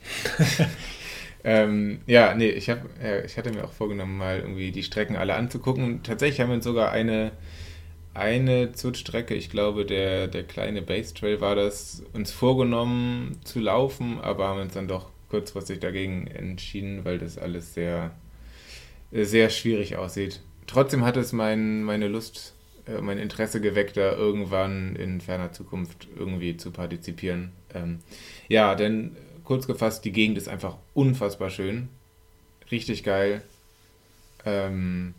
Ich hatte mir auch vorgenommen, mal irgendwie die Strecken alle anzugucken. Tatsächlich haben wir uns sogar eine Zut-Strecke, ich glaube, der kleine Base Trail war das, uns vorgenommen zu laufen, aber haben uns dann doch kurzfristig dagegen entschieden, weil das alles sehr, sehr schwierig aussieht. Trotzdem hat es meine Lust, mein Interesse geweckt, da irgendwann in ferner Zukunft irgendwie zu partizipieren. Denn kurz gefasst, die Gegend ist einfach unfassbar schön. Richtig geil. Wir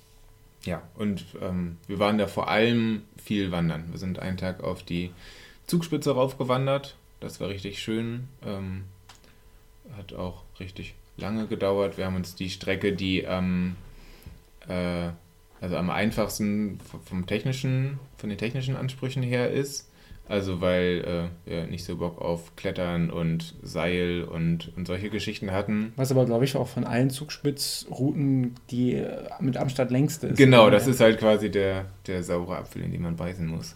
waren da vor allem viel wandern. Wir sind einen Tag auf die Zugspitze raufgewandert. Das war richtig schön. Hat auch richtig lange gedauert. Wir haben uns die Strecke, die am einfachsten von den technischen Ansprüchen her ist, also weil wir nicht so Bock auf Klettern und Seil und solche Geschichten hatten. Was aber, glaube ich, auch von allen Zugspitzrouten die mit Abstand längste ist. Genau, das ist halt quasi der saure Apfel, in den man beißen muss.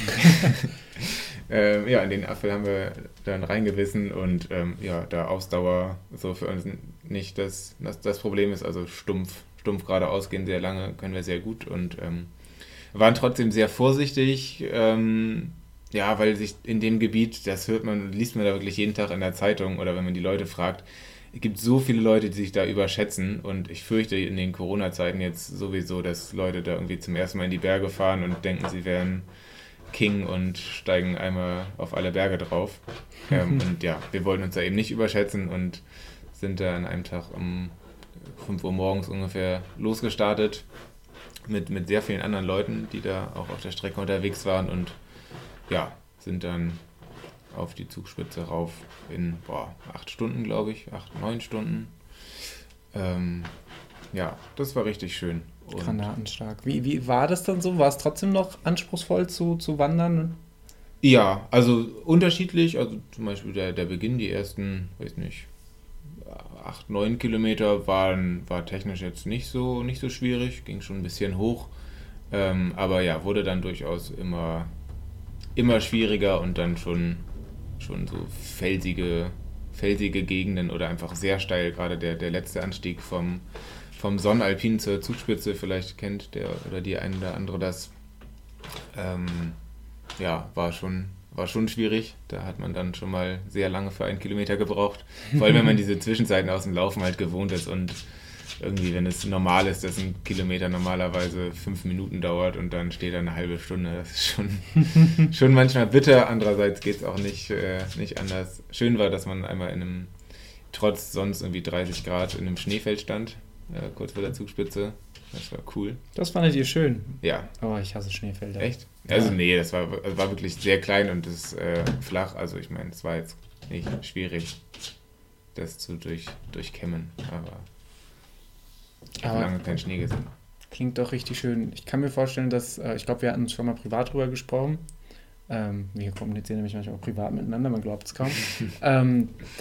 In den Apfel haben wir dann reingebissen und da Ausdauer so für uns nicht das Problem ist, also stumpf geradeaus gehen sehr lange, können wir sehr gut und waren trotzdem sehr vorsichtig, weil sich in dem Gebiet, liest man da wirklich jeden Tag in der Zeitung oder wenn man die Leute fragt, es gibt so viele Leute, die sich da überschätzen und ich fürchte in den Corona-Zeiten jetzt sowieso, dass Leute da irgendwie zum ersten Mal in die Berge fahren und denken, sie wären King und steigen einmal auf alle Berge drauf. Wir wollten uns da eben nicht überschätzen und sind da an einem Tag um 5 Uhr morgens ungefähr losgestartet mit sehr vielen anderen Leuten, die da auch auf der Strecke unterwegs waren und sind dann auf die Zugspitze rauf in 8 Stunden, glaube ich, 9 Stunden. Das war richtig schön. Und granatenstark. Wie war das dann so? War es trotzdem noch anspruchsvoll zu wandern? Ja, also unterschiedlich. Also zum Beispiel der Beginn, die ersten, 8, 9 Kilometer war technisch jetzt nicht so schwierig, ging schon ein bisschen hoch. Aber wurde dann durchaus immer schwieriger und dann schon so felsige Gegenden oder einfach sehr steil, gerade der letzte Anstieg vom Sonnenalpin zur Zugspitze, vielleicht kennt der oder die eine oder andere das, war schon schwierig, da hat man dann schon mal sehr lange für 1 Kilometer gebraucht, vor allem wenn man diese Zwischenzeiten aus dem Laufen halt gewohnt ist und irgendwie, wenn es normal ist, dass ein Kilometer normalerweise 5 Minuten dauert und dann steht da eine halbe Stunde. Das ist schon manchmal bitter. Andererseits geht es auch nicht anders. Schön war, dass man einmal trotz sonst irgendwie 30 Grad in einem Schneefeld stand, kurz vor der Zugspitze. Das war cool. Das fandet ihr schön? Ja. Aber ich hasse Schneefelder. Echt? Also nee, das war wirklich sehr klein und das flach. Also ich meine, es war jetzt nicht schwierig, das zu durchkämmen, aber lange kein Schnee gesehen. Klingt doch richtig schön. Ich kann mir vorstellen, dass, ich glaube, wir hatten schon mal privat drüber gesprochen. Wir kommunizieren nämlich manchmal auch privat miteinander, man glaubt es kaum. Dass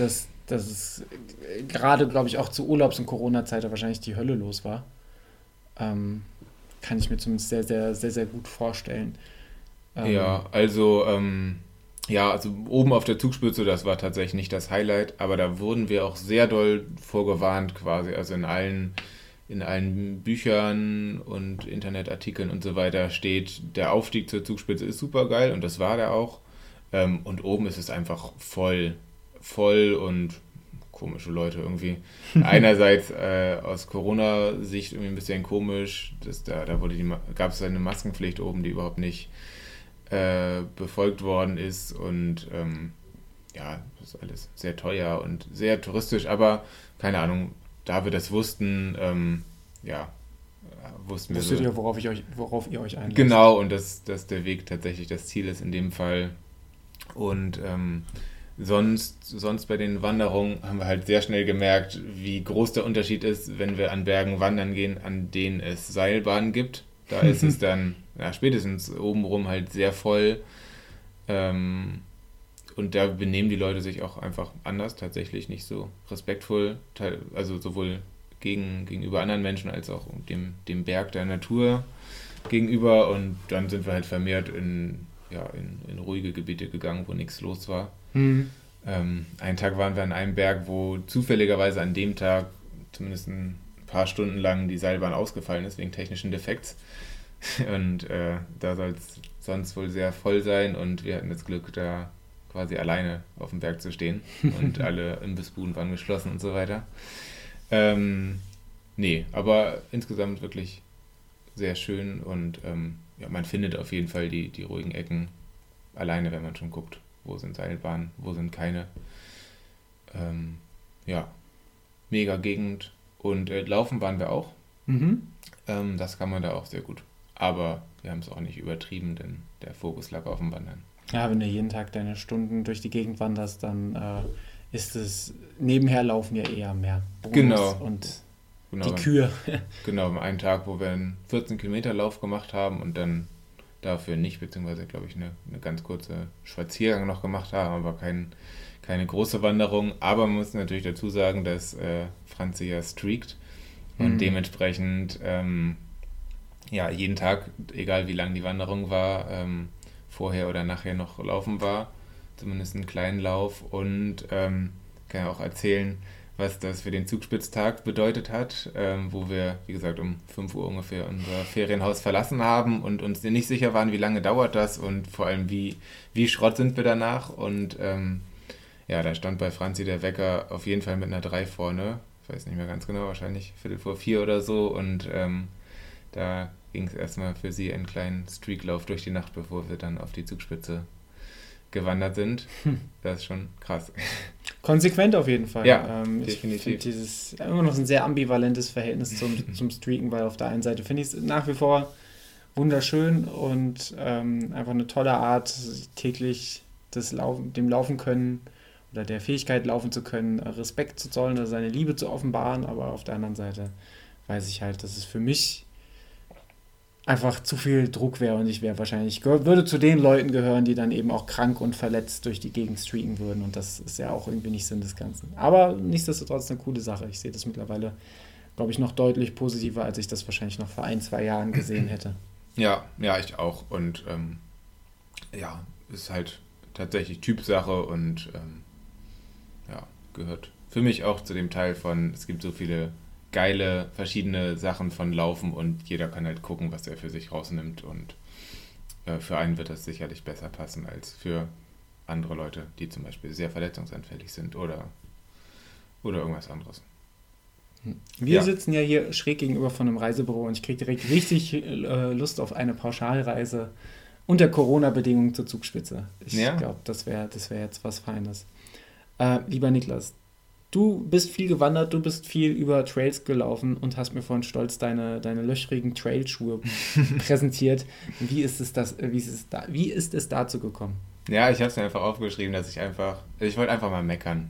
dass es gerade, glaube ich, auch zu Urlaubs- und Corona-Zeit wahrscheinlich die Hölle los war. Kann ich mir zumindest sehr, sehr, sehr, sehr gut vorstellen. Ja, also, ja, also oben auf der Zugspitze, das war tatsächlich nicht das Highlight, aber da wurden wir auch sehr doll vorgewarnt quasi. Also in allen Büchern und Internetartikeln und so weiter steht, der Aufstieg zur Zugspitze ist super geil und das war der auch. Und oben ist es einfach voll und komische Leute irgendwie. Einerseits aus Corona-Sicht irgendwie ein bisschen komisch, da gab es eine Maskenpflicht oben, die überhaupt nicht befolgt worden ist und ja, das ist alles sehr teuer und sehr touristisch, aber keine Ahnung, da wir das wussten, ja, wussten wir Wusstet so. ihr, worauf ihr euch einlasst? Genau, und dass der Weg tatsächlich das Ziel ist in dem Fall. Und sonst bei den Wanderungen haben wir halt sehr schnell gemerkt, wie groß der Unterschied ist, wenn wir an Bergen wandern gehen, an denen es Seilbahnen gibt. Da ist es dann ja, spätestens obenrum halt sehr voll. Und da benehmen die Leute sich auch einfach anders, tatsächlich nicht so respektvoll, also sowohl gegenüber anderen Menschen als auch dem Berg der Natur gegenüber. Und dann sind wir halt vermehrt in ruhige Gebiete gegangen, wo nichts los war. Mhm. Einen Tag waren wir an einem Berg, wo zufälligerweise an dem Tag zumindest ein paar Stunden lang die Seilbahn ausgefallen ist wegen technischen Defekts. Und da soll es sonst wohl sehr voll sein und wir hatten das Glück, da quasi alleine auf dem Berg zu stehen und alle Imbissbuden waren geschlossen und so weiter. Nee, aber insgesamt wirklich sehr schön und ja, man findet auf jeden Fall die ruhigen Ecken alleine, wenn man schon guckt, wo sind Seilbahnen, wo sind keine. Ja, mega Gegend und laufen waren wir auch. Mhm. Das kann man da auch sehr gut. Aber wir haben es auch nicht übertrieben, denn der Fokus lag auf dem Wandern. Ja, wenn du jeden Tag deine Stunden durch die Gegend wanderst, dann ist es nebenher laufen ja eher mehr Bonus Genau. und Genau, die Kühe. genau, am einen Tag, wo wir einen 14-Kilometer-Lauf gemacht haben und dann dafür nicht, beziehungsweise glaube ich eine ganz kurze Spaziergang noch gemacht haben, aber keine große Wanderung. Aber man muss natürlich dazu sagen, dass Franzi ja streakt und dementsprechend ja, jeden Tag, egal wie lang die Wanderung war, vorher oder nachher noch laufen war, zumindest einen kleinen Lauf und kann ja auch erzählen, was das für den Zugspitztag bedeutet hat, wo wir, wie gesagt, um 5 Uhr ungefähr unser Ferienhaus verlassen haben und uns nicht sicher waren, wie lange dauert das und vor allem, wie Schrott sind wir danach. Und ja, da stand bei Franzi der Wecker auf jeden Fall mit einer 3 vorne. Ich weiß nicht mehr ganz genau, wahrscheinlich 3:45 oder so. Und da ging es erstmal für sie einen kleinen Streaklauf durch die Nacht, bevor wir dann auf die Zugspitze gewandert sind. Das ist schon krass. Konsequent auf jeden Fall. Ja, Ich definitiv. finde dieses immer noch ein sehr ambivalentes Verhältnis zum Streaken, weil auf der einen Seite finde ich es nach wie vor wunderschön und einfach eine tolle Art, täglich dem Laufen können oder der Fähigkeit laufen zu können, Respekt zu zollen oder seine Liebe zu offenbaren, aber auf der anderen Seite weiß ich halt, dass es für mich einfach zu viel Druck wäre und ich wäre wahrscheinlich, würde zu den Leuten gehören, die dann eben auch krank und verletzt durch die Gegend streaken würden und das ist ja auch irgendwie nicht Sinn des Ganzen. Aber nichtsdestotrotz eine coole Sache. Ich sehe das mittlerweile, glaube ich, noch deutlich positiver, als ich das wahrscheinlich noch vor 1, 2 Jahren gesehen hätte. Ja, ich auch. Und ja, ist halt tatsächlich Typsache und ja, gehört für mich auch zu dem Teil von, es gibt so viele geile verschiedene Sachen von Laufen und jeder kann halt gucken, was er für sich rausnimmt und für einen wird das sicherlich besser passen als für andere Leute, die zum Beispiel sehr verletzungsanfällig sind oder irgendwas anderes. Wir Ja. sitzen ja hier schräg gegenüber von einem Reisebüro und ich kriege direkt richtig Lust auf eine Pauschalreise unter Corona-Bedingungen zur Zugspitze. Ich Ja. glaube, das wär jetzt was Feines. Lieber Niklas, du bist viel gewandert, du bist viel über Trails gelaufen und hast mir vorhin stolz deine löchrigen Trailschuhe präsentiert. Wie ist es dazu gekommen? Ja, ich habe es mir einfach aufgeschrieben, ich wollte einfach mal meckern.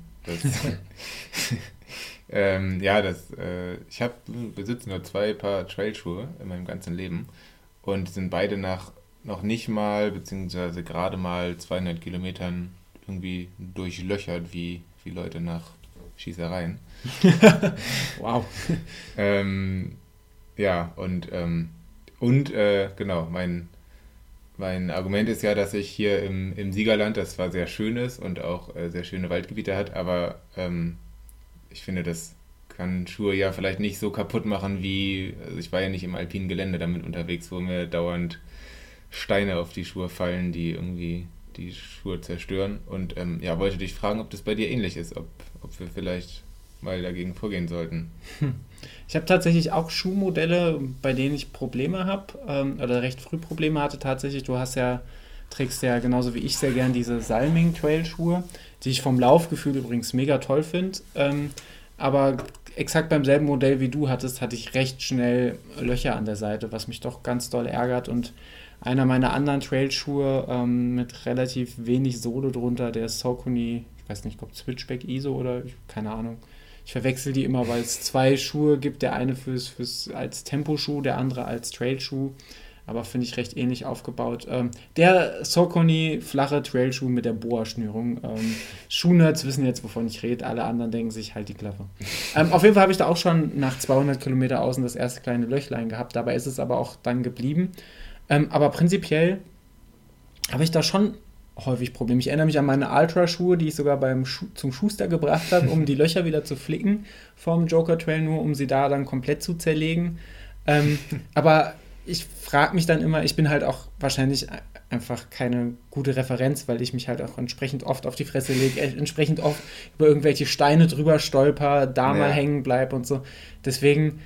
Ich besitze nur 2 Paar Trailschuhe in meinem ganzen Leben und die sind beide nach noch nicht mal, beziehungsweise gerade mal 200 Kilometern irgendwie durchlöchert, wie Leute nach Schießereien. Wow. Ja, und genau, mein Argument ist ja, dass ich hier im Siegerland, das zwar sehr schön ist und auch sehr schöne Waldgebiete hat, aber ich finde, das kann Schuhe ja vielleicht nicht so kaputt machen wie, also ich war ja nicht im alpinen Gelände damit unterwegs, wo mir dauernd Steine auf die Schuhe fallen, die irgendwie die Schuhe zerstören. Und ja, wollte dich fragen, ob das bei dir ähnlich ist, ob wir vielleicht mal dagegen vorgehen sollten. Ich habe tatsächlich auch Schuhmodelle, bei denen ich Probleme habe, oder recht früh Probleme hatte tatsächlich. Trägst ja genauso wie ich sehr gern diese Salming Trail-Schuhe, die ich vom Laufgefühl übrigens mega toll finde. Aber exakt beim selben Modell wie du hattest, hatte ich recht schnell Löcher an der Seite, was mich doch ganz doll ärgert. Und einer meiner anderen Trailschuhe mit relativ wenig Sohle drunter, der Saucony, ich weiß nicht, ob Switchback ISO oder keine Ahnung. Ich verwechsel die immer, weil es zwei Schuhe gibt, der eine als Temposchuh, der andere als Trailschuh, aber finde ich recht ähnlich aufgebaut. Der Saucony flache Trailschuh mit der Boa-Schnürung. Schuhnerds wissen jetzt, wovon ich rede, alle anderen denken sich halt die Klappe. Auf jeden Fall habe ich da auch schon nach 200 Kilometer außen das erste kleine Löchlein gehabt, dabei ist es aber auch dann geblieben. Aber prinzipiell habe ich da schon häufig Probleme. Ich erinnere mich an meine Ultra-Schuhe, die ich sogar zum Schuster gebracht habe, um die Löcher wieder zu flicken vom Joker Trail, nur um sie da dann komplett zu zerlegen. Aber ich frage mich dann immer, ich bin halt auch wahrscheinlich einfach keine gute Referenz, weil ich mich halt auch entsprechend oft auf die Fresse lege, entsprechend oft über irgendwelche Steine drüber stolper, da mal hängen bleibe und so. Deswegen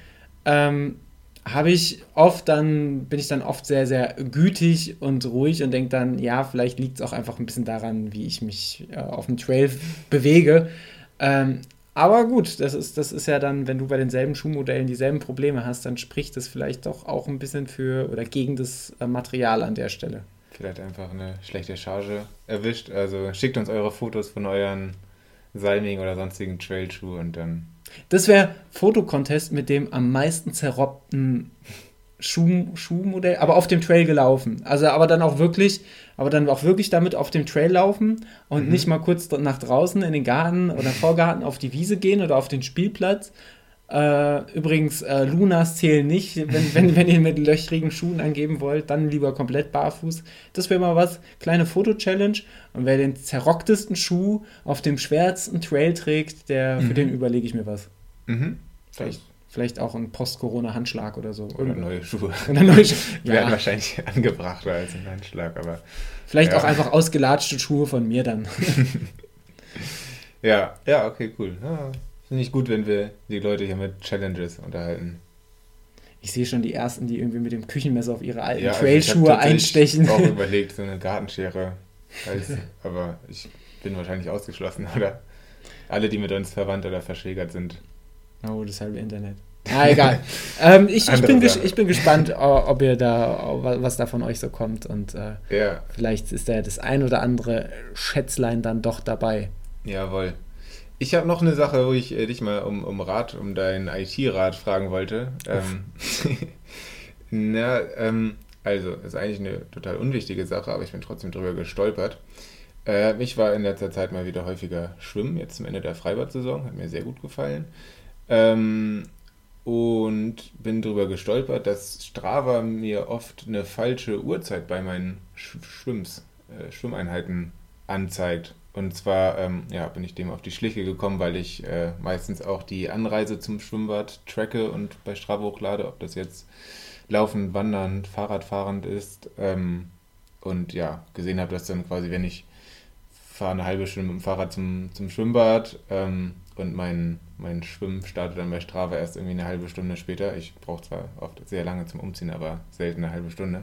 bin ich dann oft sehr, sehr gütig und ruhig und denke dann, ja, vielleicht liegt es auch einfach ein bisschen daran, wie ich mich auf dem Trail bewege. Aber gut, das ist ja dann, wenn du bei denselben Schuhmodellen dieselben Probleme hast, dann spricht das vielleicht doch auch ein bisschen für oder gegen das Material an der Stelle. Vielleicht einfach eine schlechte Charge erwischt. Also schickt uns eure Fotos von euren Salming oder sonstigen Trailschuhe und dann... Das wäre Fotocontest mit dem am meisten zerrobbten Schuhmodell, aber auf dem Trail gelaufen. Aber dann auch wirklich damit auf dem Trail laufen und nicht mal kurz nach draußen in den Garten oder Vorgarten auf die Wiese gehen oder auf den Spielplatz. Übrigens, Lunas zählen nicht, wenn ihr mit löchrigen Schuhen angeben wollt, dann lieber komplett barfuß. Das wäre mal was, kleine Foto-Challenge. Und wer den zerrocktesten Schuh auf dem schwersten Trail trägt, für den überlege ich mir was. Vielleicht auch ein Post-Corona-Handschlag oder so. Oder neue Schuhe. Werden wahrscheinlich angebrachter als ein Handschlag, aber... Vielleicht auch einfach ausgelatschte Schuhe von mir dann. Ja, okay, cool. Ja, finde ich gut, wenn wir die Leute hier mit Challenges unterhalten. Ich sehe schon die Ersten, die irgendwie mit dem Küchenmesser auf ihre alten Trailschuhe einstechen. Ich habe auch überlegt, so eine Gartenschere. Aber ich bin wahrscheinlich ausgeschlossen, oder? Alle, die mit uns verwandt oder verschwägert sind. Oh, das halbe Internet. Egal. Ich bin gespannt, ob ihr was da von euch so kommt. Und vielleicht ist da das ein oder andere Schätzlein dann doch dabei. Jawohl. Ich habe noch eine Sache, wo ich dich mal um deinen IT-Rat fragen wollte. Also, ist eigentlich eine total unwichtige Sache, aber ich bin trotzdem drüber gestolpert. Ich war in letzter Zeit mal wieder häufiger schwimmen, jetzt zum Ende der Freibad-Saison, hat mir sehr gut gefallen. Und bin drüber gestolpert, dass Strava mir oft eine falsche Uhrzeit bei meinen Schwimmeinheiten anzeigt. Und zwar bin ich dem auf die Schliche gekommen, weil ich meistens auch die Anreise zum Schwimmbad tracke und bei Strava hochlade, ob das jetzt Laufen, Wandern, Fahrradfahrend ist. Und ja, gesehen habe, dass dann quasi, wenn ich fahre eine halbe Stunde mit dem Fahrrad zum Schwimmbad und mein Schwimmen startet dann bei Strava erst irgendwie eine halbe Stunde später. Ich brauche zwar oft sehr lange zum Umziehen, aber selten eine halbe Stunde.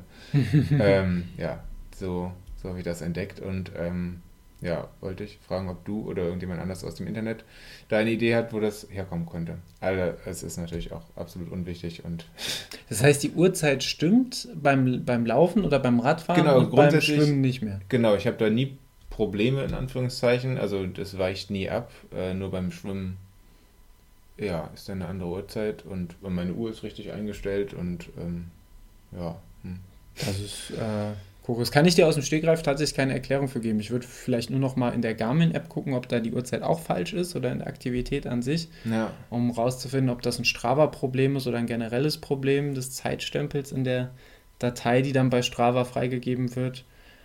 So habe ich das entdeckt und wollte ich fragen, ob du oder irgendjemand anders aus dem Internet da eine Idee hat, wo das herkommen könnte. Also es ist natürlich auch absolut unwichtig. Und das heißt, die Uhrzeit stimmt beim Laufen oder beim Radfahren genau, und beim Schwimmen nicht mehr? Genau, ich habe da nie Probleme in Anführungszeichen, also das weicht nie ab, nur beim Schwimmen ist dann eine andere Uhrzeit und meine Uhr ist richtig eingestellt und Das ist Kokos. Kann ich dir aus dem Stegreif tatsächlich keine Erklärung für geben. Ich würde vielleicht nur noch mal in der Garmin-App gucken, ob da die Uhrzeit auch falsch ist oder in der Aktivität an sich, um rauszufinden, ob das ein Strava-Problem ist oder ein generelles Problem des Zeitstempels in der Datei, die dann bei Strava freigegeben wird.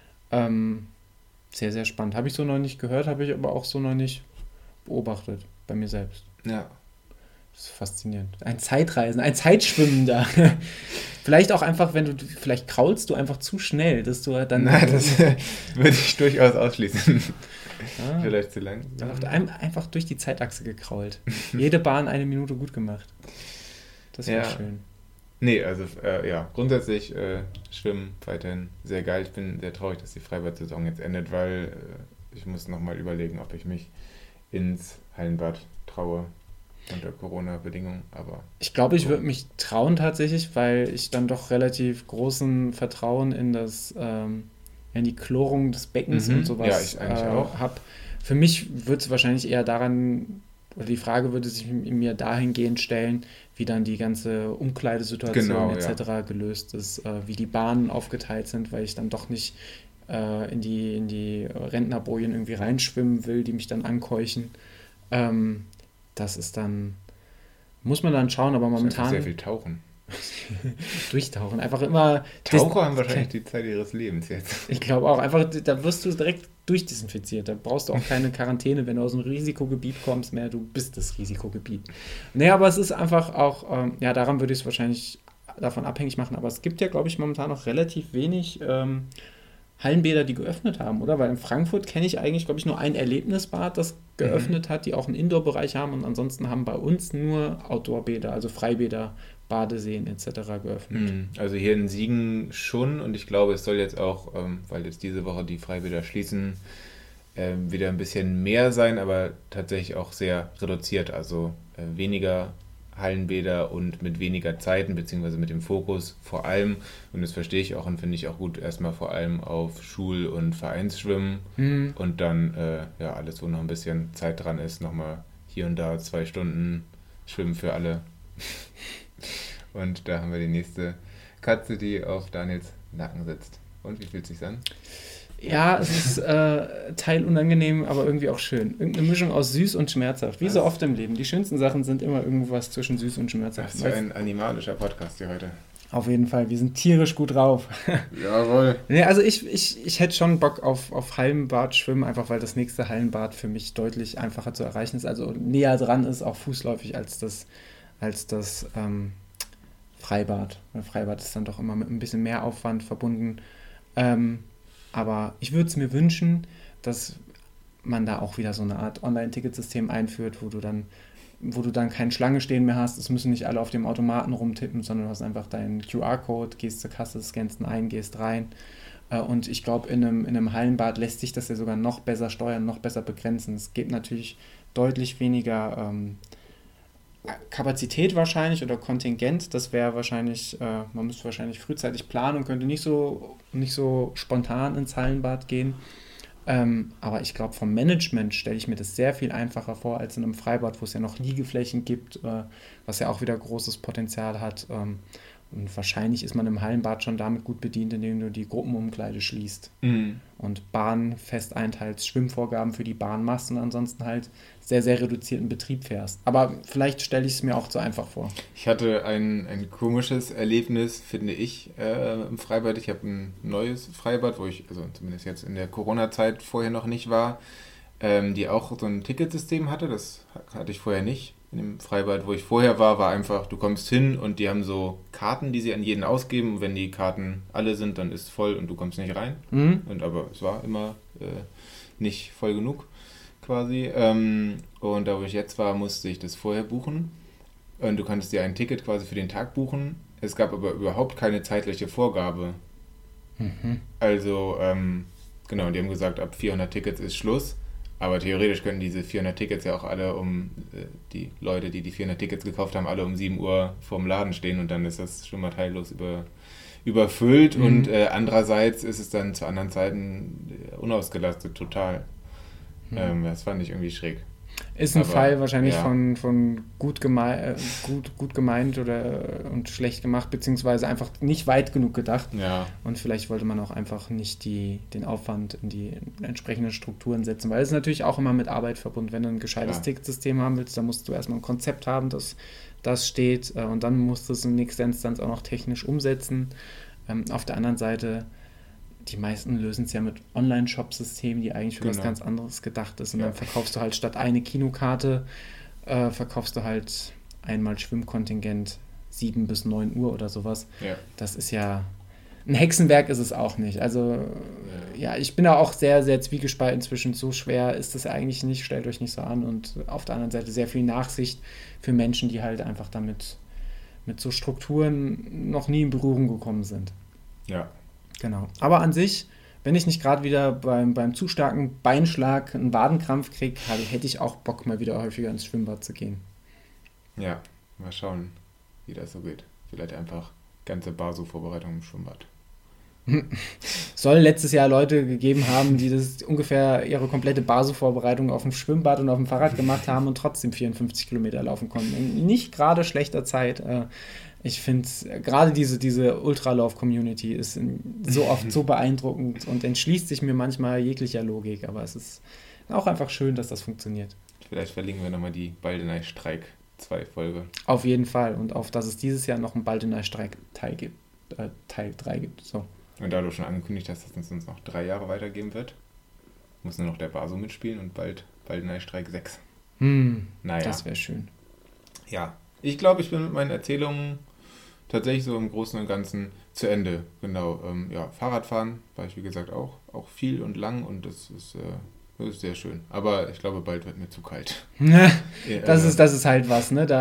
Sehr, sehr spannend. Habe ich so noch nicht gehört, habe ich aber auch so noch nicht beobachtet bei mir selbst. Ja. Das ist faszinierend. Ein Zeitreisen, ein Zeitschwimmen da. Vielleicht auch einfach, vielleicht kraulst du einfach zu schnell, dass du dann... Nein, das würde ich durchaus ausschließen. Vielleicht zu lang. Einfach durch die Zeitachse gekrault. Jede Bahn 1 Minute gut gemacht. Das wäre schön. Nee, also grundsätzlich Schwimmen weiterhin sehr geil. Ich bin sehr traurig, dass die Freibad-Saison jetzt endet, weil ich muss nochmal überlegen, ob ich mich ins Hallenbad traue. Unter Corona-Bedingungen, aber... Ich glaube, ich würde mich trauen tatsächlich, weil ich dann doch relativ großen Vertrauen in in die Chlorung des Beckens und sowas habe. Für mich würde es wahrscheinlich eher daran, oder die Frage würde sich mir dahingehend stellen, wie dann die ganze Umkleidesituation etc. gelöst ist, wie die Bahnen aufgeteilt sind, weil ich dann doch nicht in die Rentnerbojen irgendwie reinschwimmen will, die mich dann ankeuchen. Das ist dann, muss man dann schauen, aber momentan... Sehr viel tauchen. Durchtauchen, einfach immer... Taucher haben wahrscheinlich die Zeit ihres Lebens jetzt. Ich glaube auch, einfach, da wirst du direkt durchdesinfiziert, da brauchst du auch keine Quarantäne, wenn du aus einem Risikogebiet kommst mehr, du bist das Risikogebiet. Nee, aber es ist einfach auch, daran würde ich es wahrscheinlich davon abhängig machen, aber es gibt ja, glaube ich, momentan noch relativ wenig... Hallenbäder, die geöffnet haben, oder? Weil in Frankfurt kenne ich eigentlich, glaube ich, nur ein Erlebnisbad, das geöffnet hat, die auch einen Indoor-Bereich haben und ansonsten haben bei uns nur Outdoor-Bäder, also Freibäder, Badeseen etc. geöffnet. Also hier in Siegen schon und ich glaube, es soll jetzt auch, weil jetzt diese Woche die Freibäder schließen, wieder ein bisschen mehr sein, aber tatsächlich auch sehr reduziert, also weniger Hallenbäder und mit weniger Zeiten, beziehungsweise mit dem Fokus vor allem, und das verstehe ich auch und finde ich auch gut, erstmal vor allem auf Schul- und Vereinsschwimmen und dann alles, wo noch ein bisschen Zeit dran ist, nochmal hier und da 2 Stunden Schwimmen für alle. Und da haben wir die nächste Katze, die auf Daniels Nacken sitzt. Und wie fühlt es sich an? Ja, es ist teilunangenehm, aber irgendwie auch schön. Irgendeine Mischung aus süß und schmerzhaft. Wie so oft im Leben. Die schönsten Sachen sind immer irgendwas zwischen süß und schmerzhaft. Das ist ein animalischer Podcast hier heute. Auf jeden Fall. Wir sind tierisch gut drauf. Jawohl. Nee, also ich hätte schon Bock auf Hallenbad schwimmen, einfach weil das nächste Hallenbad für mich deutlich einfacher zu erreichen ist. Also näher dran ist, auch fußläufig, als das Freibad. Weil Freibad ist dann doch immer mit ein bisschen mehr Aufwand verbunden. Aber ich würde es mir wünschen, dass man da auch wieder so eine Art Online-Ticketsystem einführt, wo du dann keine Schlange stehen mehr hast. Es müssen nicht alle auf dem Automaten rumtippen, sondern du hast einfach deinen QR-Code, gehst zur Kasse, scannst ihn ein, gehst rein. Und ich glaube, in einem Hallenbad lässt sich das ja sogar noch besser steuern, noch besser begrenzen. Es gibt natürlich deutlich weniger Kapazität wahrscheinlich oder Kontingent, das wäre wahrscheinlich, man müsste wahrscheinlich frühzeitig planen und könnte nicht so spontan ins Hallenbad gehen. Aber ich glaube, vom Management stelle ich mir das sehr viel einfacher vor als in einem Freibad, wo es ja noch Liegeflächen gibt, was ja auch wieder großes Potenzial hat. Und wahrscheinlich ist man im Hallenbad schon damit gut bedient, indem du die Gruppenumkleide schließt und Bahn fest einteilst, Schwimmvorgaben für die Bahn machst und ansonsten halt sehr, sehr reduzierten Betrieb fährst. Aber vielleicht stelle ich es mir auch zu einfach vor. Ich hatte ein komisches Erlebnis, finde ich, im Freibad. Ich habe ein neues Freibad, wo ich, also zumindest jetzt in der Corona-Zeit vorher noch nicht war, die auch so ein Ticketsystem hatte. Das hatte ich vorher nicht. In dem Freibad, wo ich vorher war einfach, du kommst hin und die haben so Karten, die sie an jeden ausgeben. Und wenn die Karten alle sind, dann ist es voll und du kommst nicht rein. Aber es war immer nicht voll genug quasi. Und da, wo ich jetzt war, musste ich das vorher buchen. Und du konntest dir ein Ticket quasi für den Tag buchen. Es gab aber überhaupt keine zeitliche Vorgabe. Also, genau, die haben gesagt, ab 400 Tickets ist Schluss. Aber theoretisch können diese 400 Tickets ja auch alle die Leute, die 400 Tickets gekauft haben, alle um 7 Uhr vorm Laden stehen und dann ist das schon mal teillos überfüllt und andererseits ist es dann zu anderen Zeiten unausgelastet total. Das fand ich irgendwie schräg. Ist ein Fall wahrscheinlich ja. von gut gemeint und schlecht gemacht, beziehungsweise einfach nicht weit genug gedacht. Ja. Und vielleicht wollte man auch einfach nicht den Aufwand in die entsprechenden Strukturen setzen, weil es ist natürlich auch immer mit Arbeit verbunden. Wenn du ein gescheites Ticketsystem haben willst, dann musst du erstmal ein Konzept haben, das steht, und dann musst du es in nächster Instanz auch noch technisch umsetzen. Auf der anderen Seite, die meisten lösen es ja mit Online-Shop-Systemen, die eigentlich für was ganz anderes gedacht ist. Und dann verkaufst du halt statt eine Kinokarte, verkaufst du halt einmal Schwimmkontingent 7 bis 9 Uhr oder sowas. Ja. Das ist ja... Ein Hexenwerk ist es auch nicht. Also, ja, ich bin da auch sehr, sehr zwiegespalten zwischen, so schwer ist es eigentlich nicht, stellt euch nicht so an. Und auf der anderen Seite sehr viel Nachsicht für Menschen, die halt einfach damit mit so Strukturen noch nie in Berührung gekommen sind. Ja. Genau. Aber an sich, wenn ich nicht gerade wieder beim zu starken Beinschlag einen Wadenkrampf kriege, hätte ich auch Bock, mal wieder häufiger ins Schwimmbad zu gehen. Ja, mal schauen, wie das so geht. Vielleicht einfach ganze Basu-Vorbereitung im Schwimmbad. Soll letztes Jahr Leute gegeben haben, die das ungefähr ihre komplette Basu-Vorbereitung auf dem Schwimmbad und auf dem Fahrrad gemacht haben und trotzdem 54 Kilometer laufen konnten. In nicht gerade schlechter Zeit. Ich finde, gerade diese Ultralauf-Community ist so oft so beeindruckend und entschließt sich mir manchmal jeglicher Logik. Aber es ist auch einfach schön, dass das funktioniert. Vielleicht verlinken wir nochmal die Baldeney-Streik 2 Folge. Auf jeden Fall. Und auf, dass es dieses Jahr noch einen Baldeney-Streik Teil 3 gibt. So. Und da du schon angekündigt hast, dass es uns noch 3 Jahre weitergeben wird, muss nur noch der Basu mitspielen und bald Baldeney-Streik 6. Naja. Das wäre schön. Ja, ich glaube, ich bin mit meinen Erzählungen tatsächlich so im Großen und Ganzen zu Ende. Genau, Fahrradfahren war ich wie gesagt auch viel und lang und das ist sehr schön. Aber ich glaube, bald wird mir zu kalt. Das ist halt was, ne?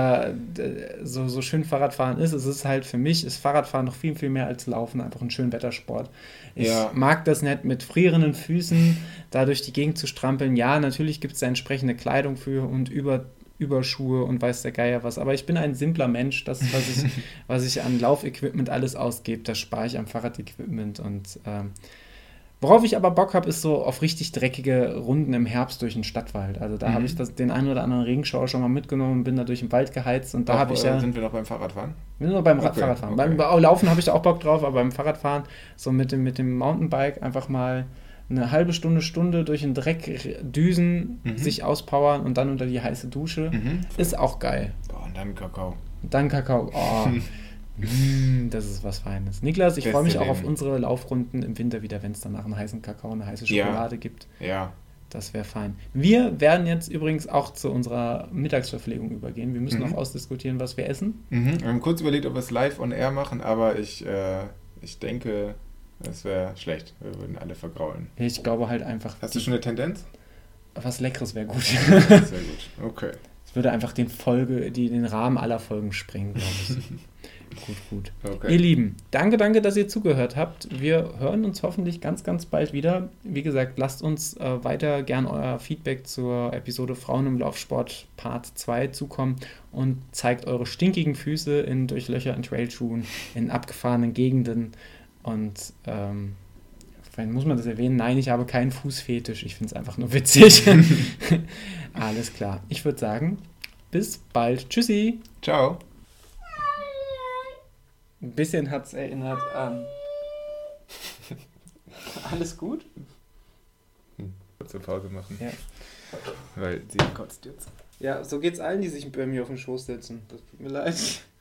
So schön Fahrradfahren ist, es ist halt für mich, ist Fahrradfahren noch viel, viel mehr als Laufen, einfach ein schöner Wettersport. Ich mag das nicht, mit frierenden Füßen da durch die Gegend zu strampeln. Ja, natürlich gibt es da entsprechende Kleidung für und Überschuhe und weiß der Geier was. Aber ich bin ein simpler Mensch. Das, was ich an Laufequipment alles ausgebe, das spare ich am Fahrradequipment. Und worauf ich aber Bock habe, ist so auf richtig dreckige Runden im Herbst durch den Stadtwald. Also da habe ich den einen oder anderen Regenschauer schon mal mitgenommen und bin da durch den Wald geheizt. Und da habe ich Sind wir noch beim Fahrradfahren? Wir sind noch beim Fahrradfahren. Okay. Beim Laufen habe ich da auch Bock drauf, aber beim Fahrradfahren so mit dem Mountainbike einfach mal eine halbe Stunde durch den Dreck düsen, sich auspowern und dann unter die heiße Dusche. Ist auch geil. Boah, und dann Kakao. Oh, das ist was Feines. Niklas, ich freue mich auch auf unsere Laufrunden im Winter wieder, wenn es danach einen heißen Kakao, eine heiße Schokolade gibt. Ja. Das wäre fein. Wir werden jetzt übrigens auch zu unserer Mittagsverpflegung übergehen. Wir müssen noch ausdiskutieren, was wir essen. Wir haben kurz überlegt, ob wir es live on air machen, aber ich denke, das wäre schlecht. Wir würden alle vergraulen. Ich glaube halt einfach... Hast du schon eine Tendenz? Was Leckeres wäre gut. Sehr gut, okay. Es würde einfach den Rahmen aller Folgen sprengen, glaube ich. Gut. Okay. Ihr Lieben, danke, dass ihr zugehört habt. Wir hören uns hoffentlich ganz, ganz bald wieder. Wie gesagt, lasst uns weiter gern euer Feedback zur Episode Frauen im Laufsport Part 2 zukommen und zeigt eure stinkigen Füße in durchlöcherten Trailschuhen, in abgefahrenen Gegenden. Und muss man das erwähnen? Nein, ich habe keinen Fußfetisch. Ich finde es einfach nur witzig. Alles klar. Ich würde sagen, bis bald. Tschüssi. Ciao. Ein bisschen hat es erinnert an... Alles gut? Kurze Pause machen. Ja. Weil sie kotzt jetzt. Ja, so geht's allen, die sich bei mir auf den Schoß setzen. Das tut mir leid.